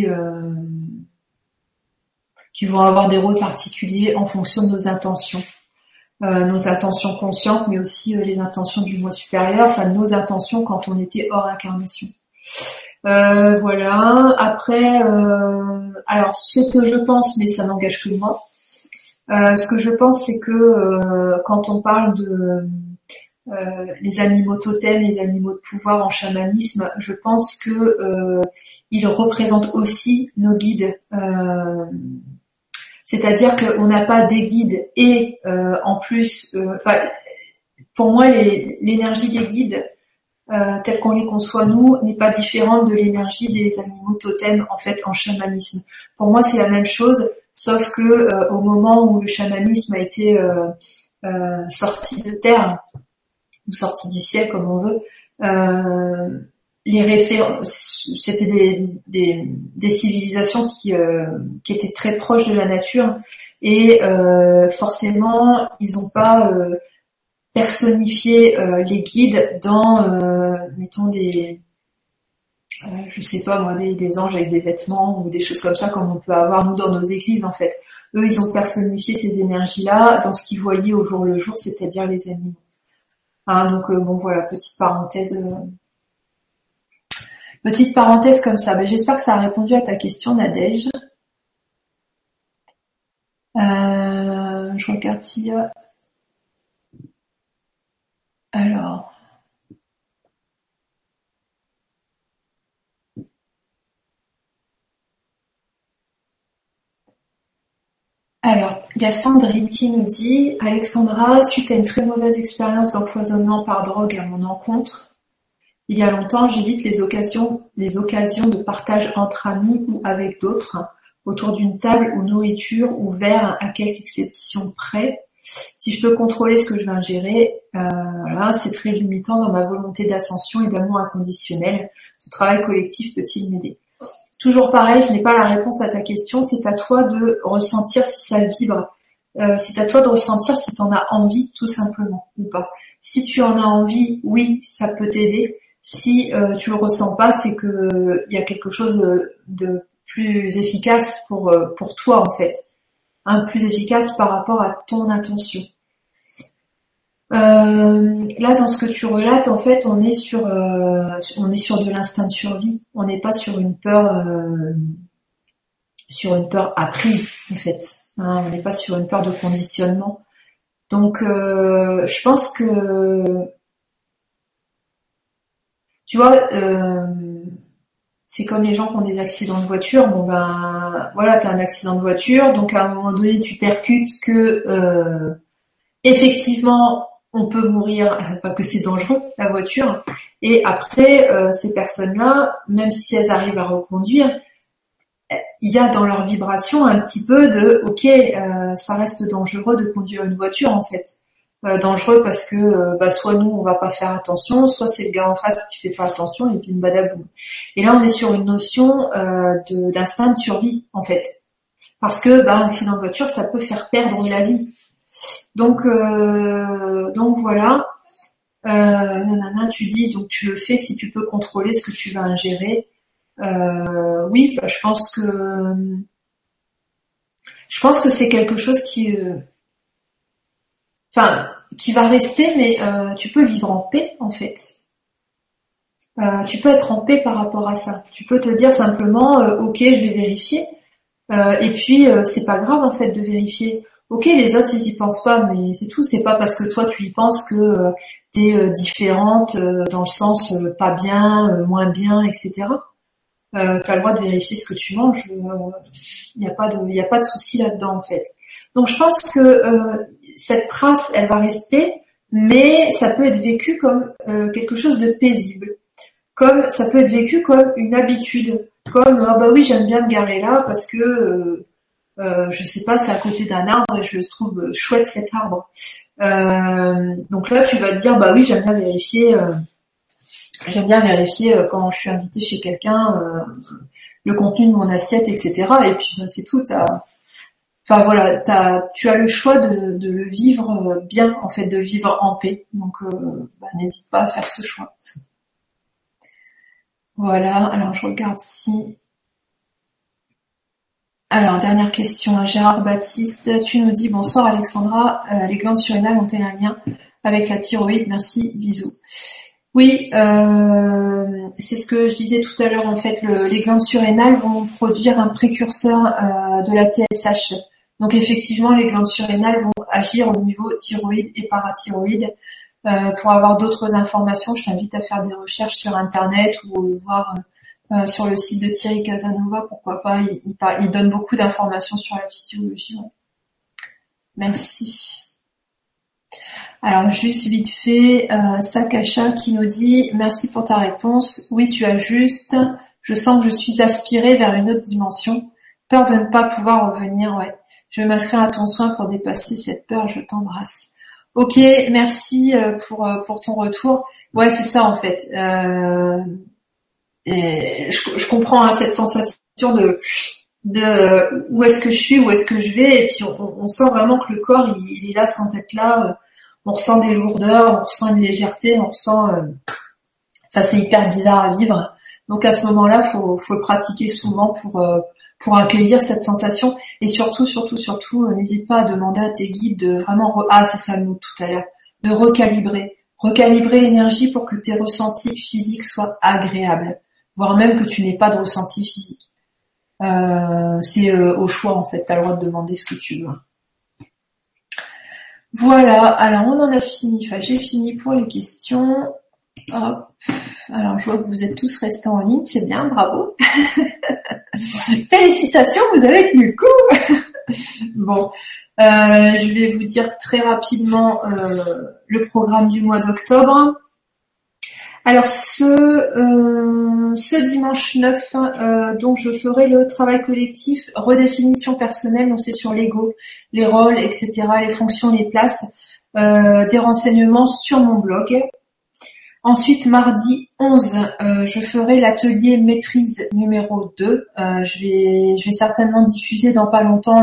vont avoir des rôles particuliers en fonction de nos intentions conscientes, mais aussi les intentions du moi supérieur. Enfin, nos intentions quand on était hors incarnation. Voilà. Après, alors ce que je pense, mais ça n'engage que moi. Ce que je pense, c'est que quand on parle de les animaux totems, les animaux de pouvoir en chamanisme, je pense que ils représentent aussi nos guides. C'est-à-dire qu'on n'a pas des guides et en plus, pour moi, l'énergie des guides telle qu'on les conçoit nous n'est pas différente de l'énergie des animaux totems en fait en chamanisme. Pour moi, c'est la même chose, sauf que au moment où le chamanisme a été sorti de terre ou sorti du ciel comme on veut, les références, c'était des civilisations qui étaient très proches de la nature et forcément ils n'ont pas personnifié les guides dans mettons des je sais pas moi des anges avec des vêtements ou des choses comme ça comme on peut avoir nous dans nos églises en fait. Eux ils ont personnifié ces énergies-là dans ce qu'ils voyaient au jour le jour, c'est-à-dire les animaux. Hein, donc bon voilà, petite parenthèse comme ça. Ben, j'espère que ça a répondu à ta question, Nadège. Je regarde s'il y a... Alors... Alors, il y a Sandrine qui nous dit « Alexandra, suite à une très mauvaise expérience d'empoisonnement par drogue à mon encontre, il y a longtemps, j'évite les occasions de partage entre amis ou avec d'autres, autour d'une table ou nourriture ou verre à quelque exception près. Si je peux contrôler ce que je vais ingérer, voilà, c'est très limitant dans ma volonté d'ascension et d'amour inconditionnel. Ce travail collectif peut-il m'aider ?» Toujours pareil, je n'ai pas la réponse à ta question, c'est à toi de ressentir si ça vibre. C'est à toi de ressentir si tu en as envie, tout simplement, ou pas. Si tu en as envie, oui, ça peut t'aider. Si tu le ressens pas, c'est que il y a quelque chose de plus efficace pour toi en fait, plus efficace par rapport à ton intention. Là, dans ce que tu relates, en fait, on est sur de l'instinct de survie. On n'est pas sur une peur apprise, en fait. Hein, on n'est pas sur une peur de conditionnement. Donc, je pense que tu vois, c'est comme les gens qui ont des accidents de voiture. Bon ben, voilà, t'as un accident de voiture, donc à un moment donné, tu percutes que effectivement, on peut mourir, enfin, que c'est dangereux la voiture. Et après, ces personnes-là, même si elles arrivent à reconduire, il y a dans leur vibration un petit peu de, ok, ça reste dangereux de conduire une voiture en fait. Dangereux parce que soit nous on va pas faire attention, soit c'est le gars en face qui fait pas attention et puis une badaboum. Et là on est sur une notion d'instinct de survie en fait, parce que un accident de voiture ça peut faire perdre la vie. Donc voilà. Nanana, tu dis donc tu le fais si tu peux contrôler ce que tu vas ingérer. Oui, je pense que c'est quelque chose qui va rester, mais tu peux vivre en paix en fait. Tu peux être en paix par rapport à ça. Tu peux te dire simplement, ok, je vais vérifier. Et puis c'est pas grave en fait de vérifier. Ok, les autres ils y pensent pas, mais c'est tout. C'est pas parce que toi tu y penses que t'es différente dans le sens pas bien, moins bien, etc. T'as le droit de vérifier ce que tu manges. Il y a pas de souci là-dedans en fait. Donc je pense que cette trace, elle va rester, mais ça peut être vécu comme quelque chose de paisible. Comme ça peut être vécu comme une habitude. Comme ah bah oui, j'aime bien me garer là parce que je sais pas, c'est à côté d'un arbre et je trouve chouette cet arbre. Donc là, tu vas te dire bah oui, j'aime bien vérifier quand je suis invitée chez quelqu'un le contenu de mon assiette, etc. Et puis c'est tout. Enfin voilà, tu as le choix de le vivre bien, en fait, de vivre en paix. Donc n'hésite pas à faire ce choix. Voilà, alors je regarde si... Alors, dernière question. Gérard Baptiste, tu nous dis « Bonsoir Alexandra, les glandes surrénales ont-elles un lien avec la thyroïde? Merci, bisous. » Oui, c'est ce que je disais tout à l'heure. En fait, les glandes surrénales vont produire un précurseur de la TSH. Donc effectivement, les glandes surrénales vont agir au niveau thyroïde et parathyroïde. Pour avoir d'autres informations, je t'invite à faire des recherches sur Internet ou voir sur le site de Thierry Casanova, pourquoi pas. Il donne beaucoup d'informations sur la physiologie. Ouais. Merci. Alors juste vite fait, Sakasha qui nous dit « Merci pour ta réponse. Oui, tu as juste. Je sens que je suis aspirée vers une autre dimension. Peur de ne pas pouvoir revenir. Ouais. Je vais m'inscrire à ton soin pour dépasser cette peur. Je t'embrasse. » Ok, merci pour ton retour. Ouais, c'est ça en fait. Et je comprends hein, cette sensation de où est-ce que je suis, où est-ce que je vais, et puis on sent vraiment que le corps il est là sans être là. On ressent des lourdeurs, on ressent une légèreté, on ressent. Enfin, c'est hyper bizarre à vivre. Donc à ce moment-là, faut le pratiquer souvent pour accueillir cette sensation. Et surtout, n'hésite pas à demander à tes guides de vraiment c'est ça le mot tout à l'heure, de recalibrer l'énergie pour que tes ressentis physiques soient agréables, voire même que tu n'aies pas de ressenti physique. C'est au choix en fait. T'as le droit de demander ce que tu veux. Voilà, alors on en a fini, enfin j'ai fini pour les questions. Hop. Alors je vois que vous êtes tous restés en ligne, c'est bien, bravo. Félicitations, vous avez tenu le coup. Bon, je vais vous dire très rapidement le programme du mois d'octobre. Alors ce dimanche 9, donc je ferai le travail collectif, redéfinition personnelle, donc c'est sur l'ego, les rôles, etc., les fonctions, les places, des renseignements sur mon blog. Ensuite, mardi 11, je ferai l'atelier maîtrise numéro 2. Je vais certainement diffuser dans pas longtemps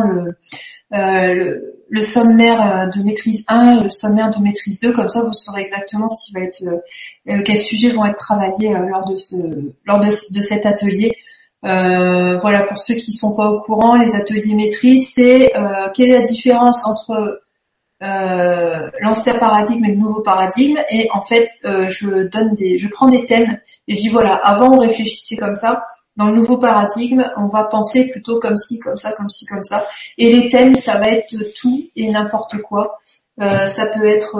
le sommaire de maîtrise 1 et le sommaire de maîtrise 2, comme ça vous saurez exactement ce qui va être quels sujets vont être travaillés lors de cet atelier. Voilà, pour ceux qui sont pas au courant, les ateliers maîtrise, c'est quelle est la différence entre l'ancien paradigme et le nouveau paradigme, et en fait je prends des thèmes et je dis voilà, avant on réfléchissait comme ça, dans le nouveau paradigme on va penser plutôt comme ci, comme ça, comme ci, comme ça, et les thèmes ça va être tout et n'importe quoi. Ça peut être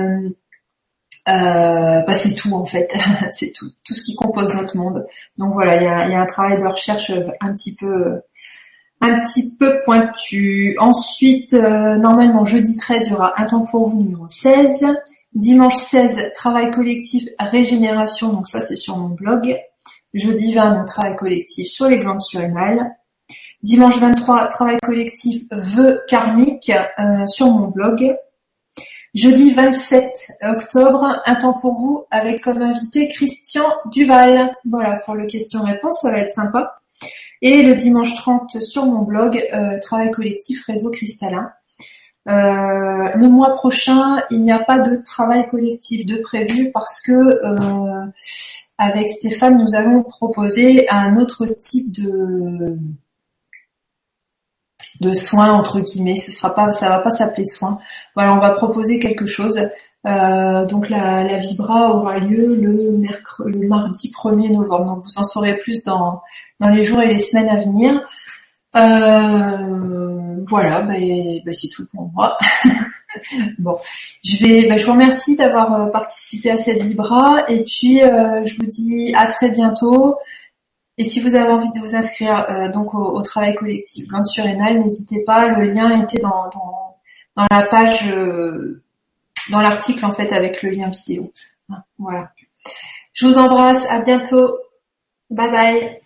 c'est tout en fait, c'est tout ce qui compose notre monde. Donc voilà, il y a un travail de recherche un petit peu pointu. Ensuite, normalement, jeudi 13, il y aura un temps pour vous numéro 16. Dimanche 16, travail collectif, régénération, donc ça c'est sur mon blog. Jeudi 20, donc travail collectif sur les glandes surrénales. Dimanche 23, travail collectif, vœux karmiques sur mon blog. Jeudi 27 octobre, un temps pour vous avec comme invité Christian Duval. Voilà, pour le question-réponse, ça va être sympa. Et le dimanche 30 sur mon blog, travail collectif réseau cristallin. Le mois prochain, il n'y a pas de travail collectif de prévu parce que avec Stéphane, nous allons proposer un autre type de soins entre guillemets. Ça va pas s'appeler soins. Voilà, on va proposer quelque chose. Donc la Vibra aura lieu le mardi 1er novembre. Donc vous en saurez plus dans les jours et les semaines à venir. Voilà, c'est tout pour moi. Bon, je vous remercie d'avoir participé à cette Vibra et puis je vous dis à très bientôt. Et si vous avez envie de vous inscrire donc au travail collectif Glandes surrénales, n'hésitez pas. Le lien était dans la page, dans l'article en fait avec le lien vidéo. Voilà. Je vous embrasse. À bientôt. Bye bye.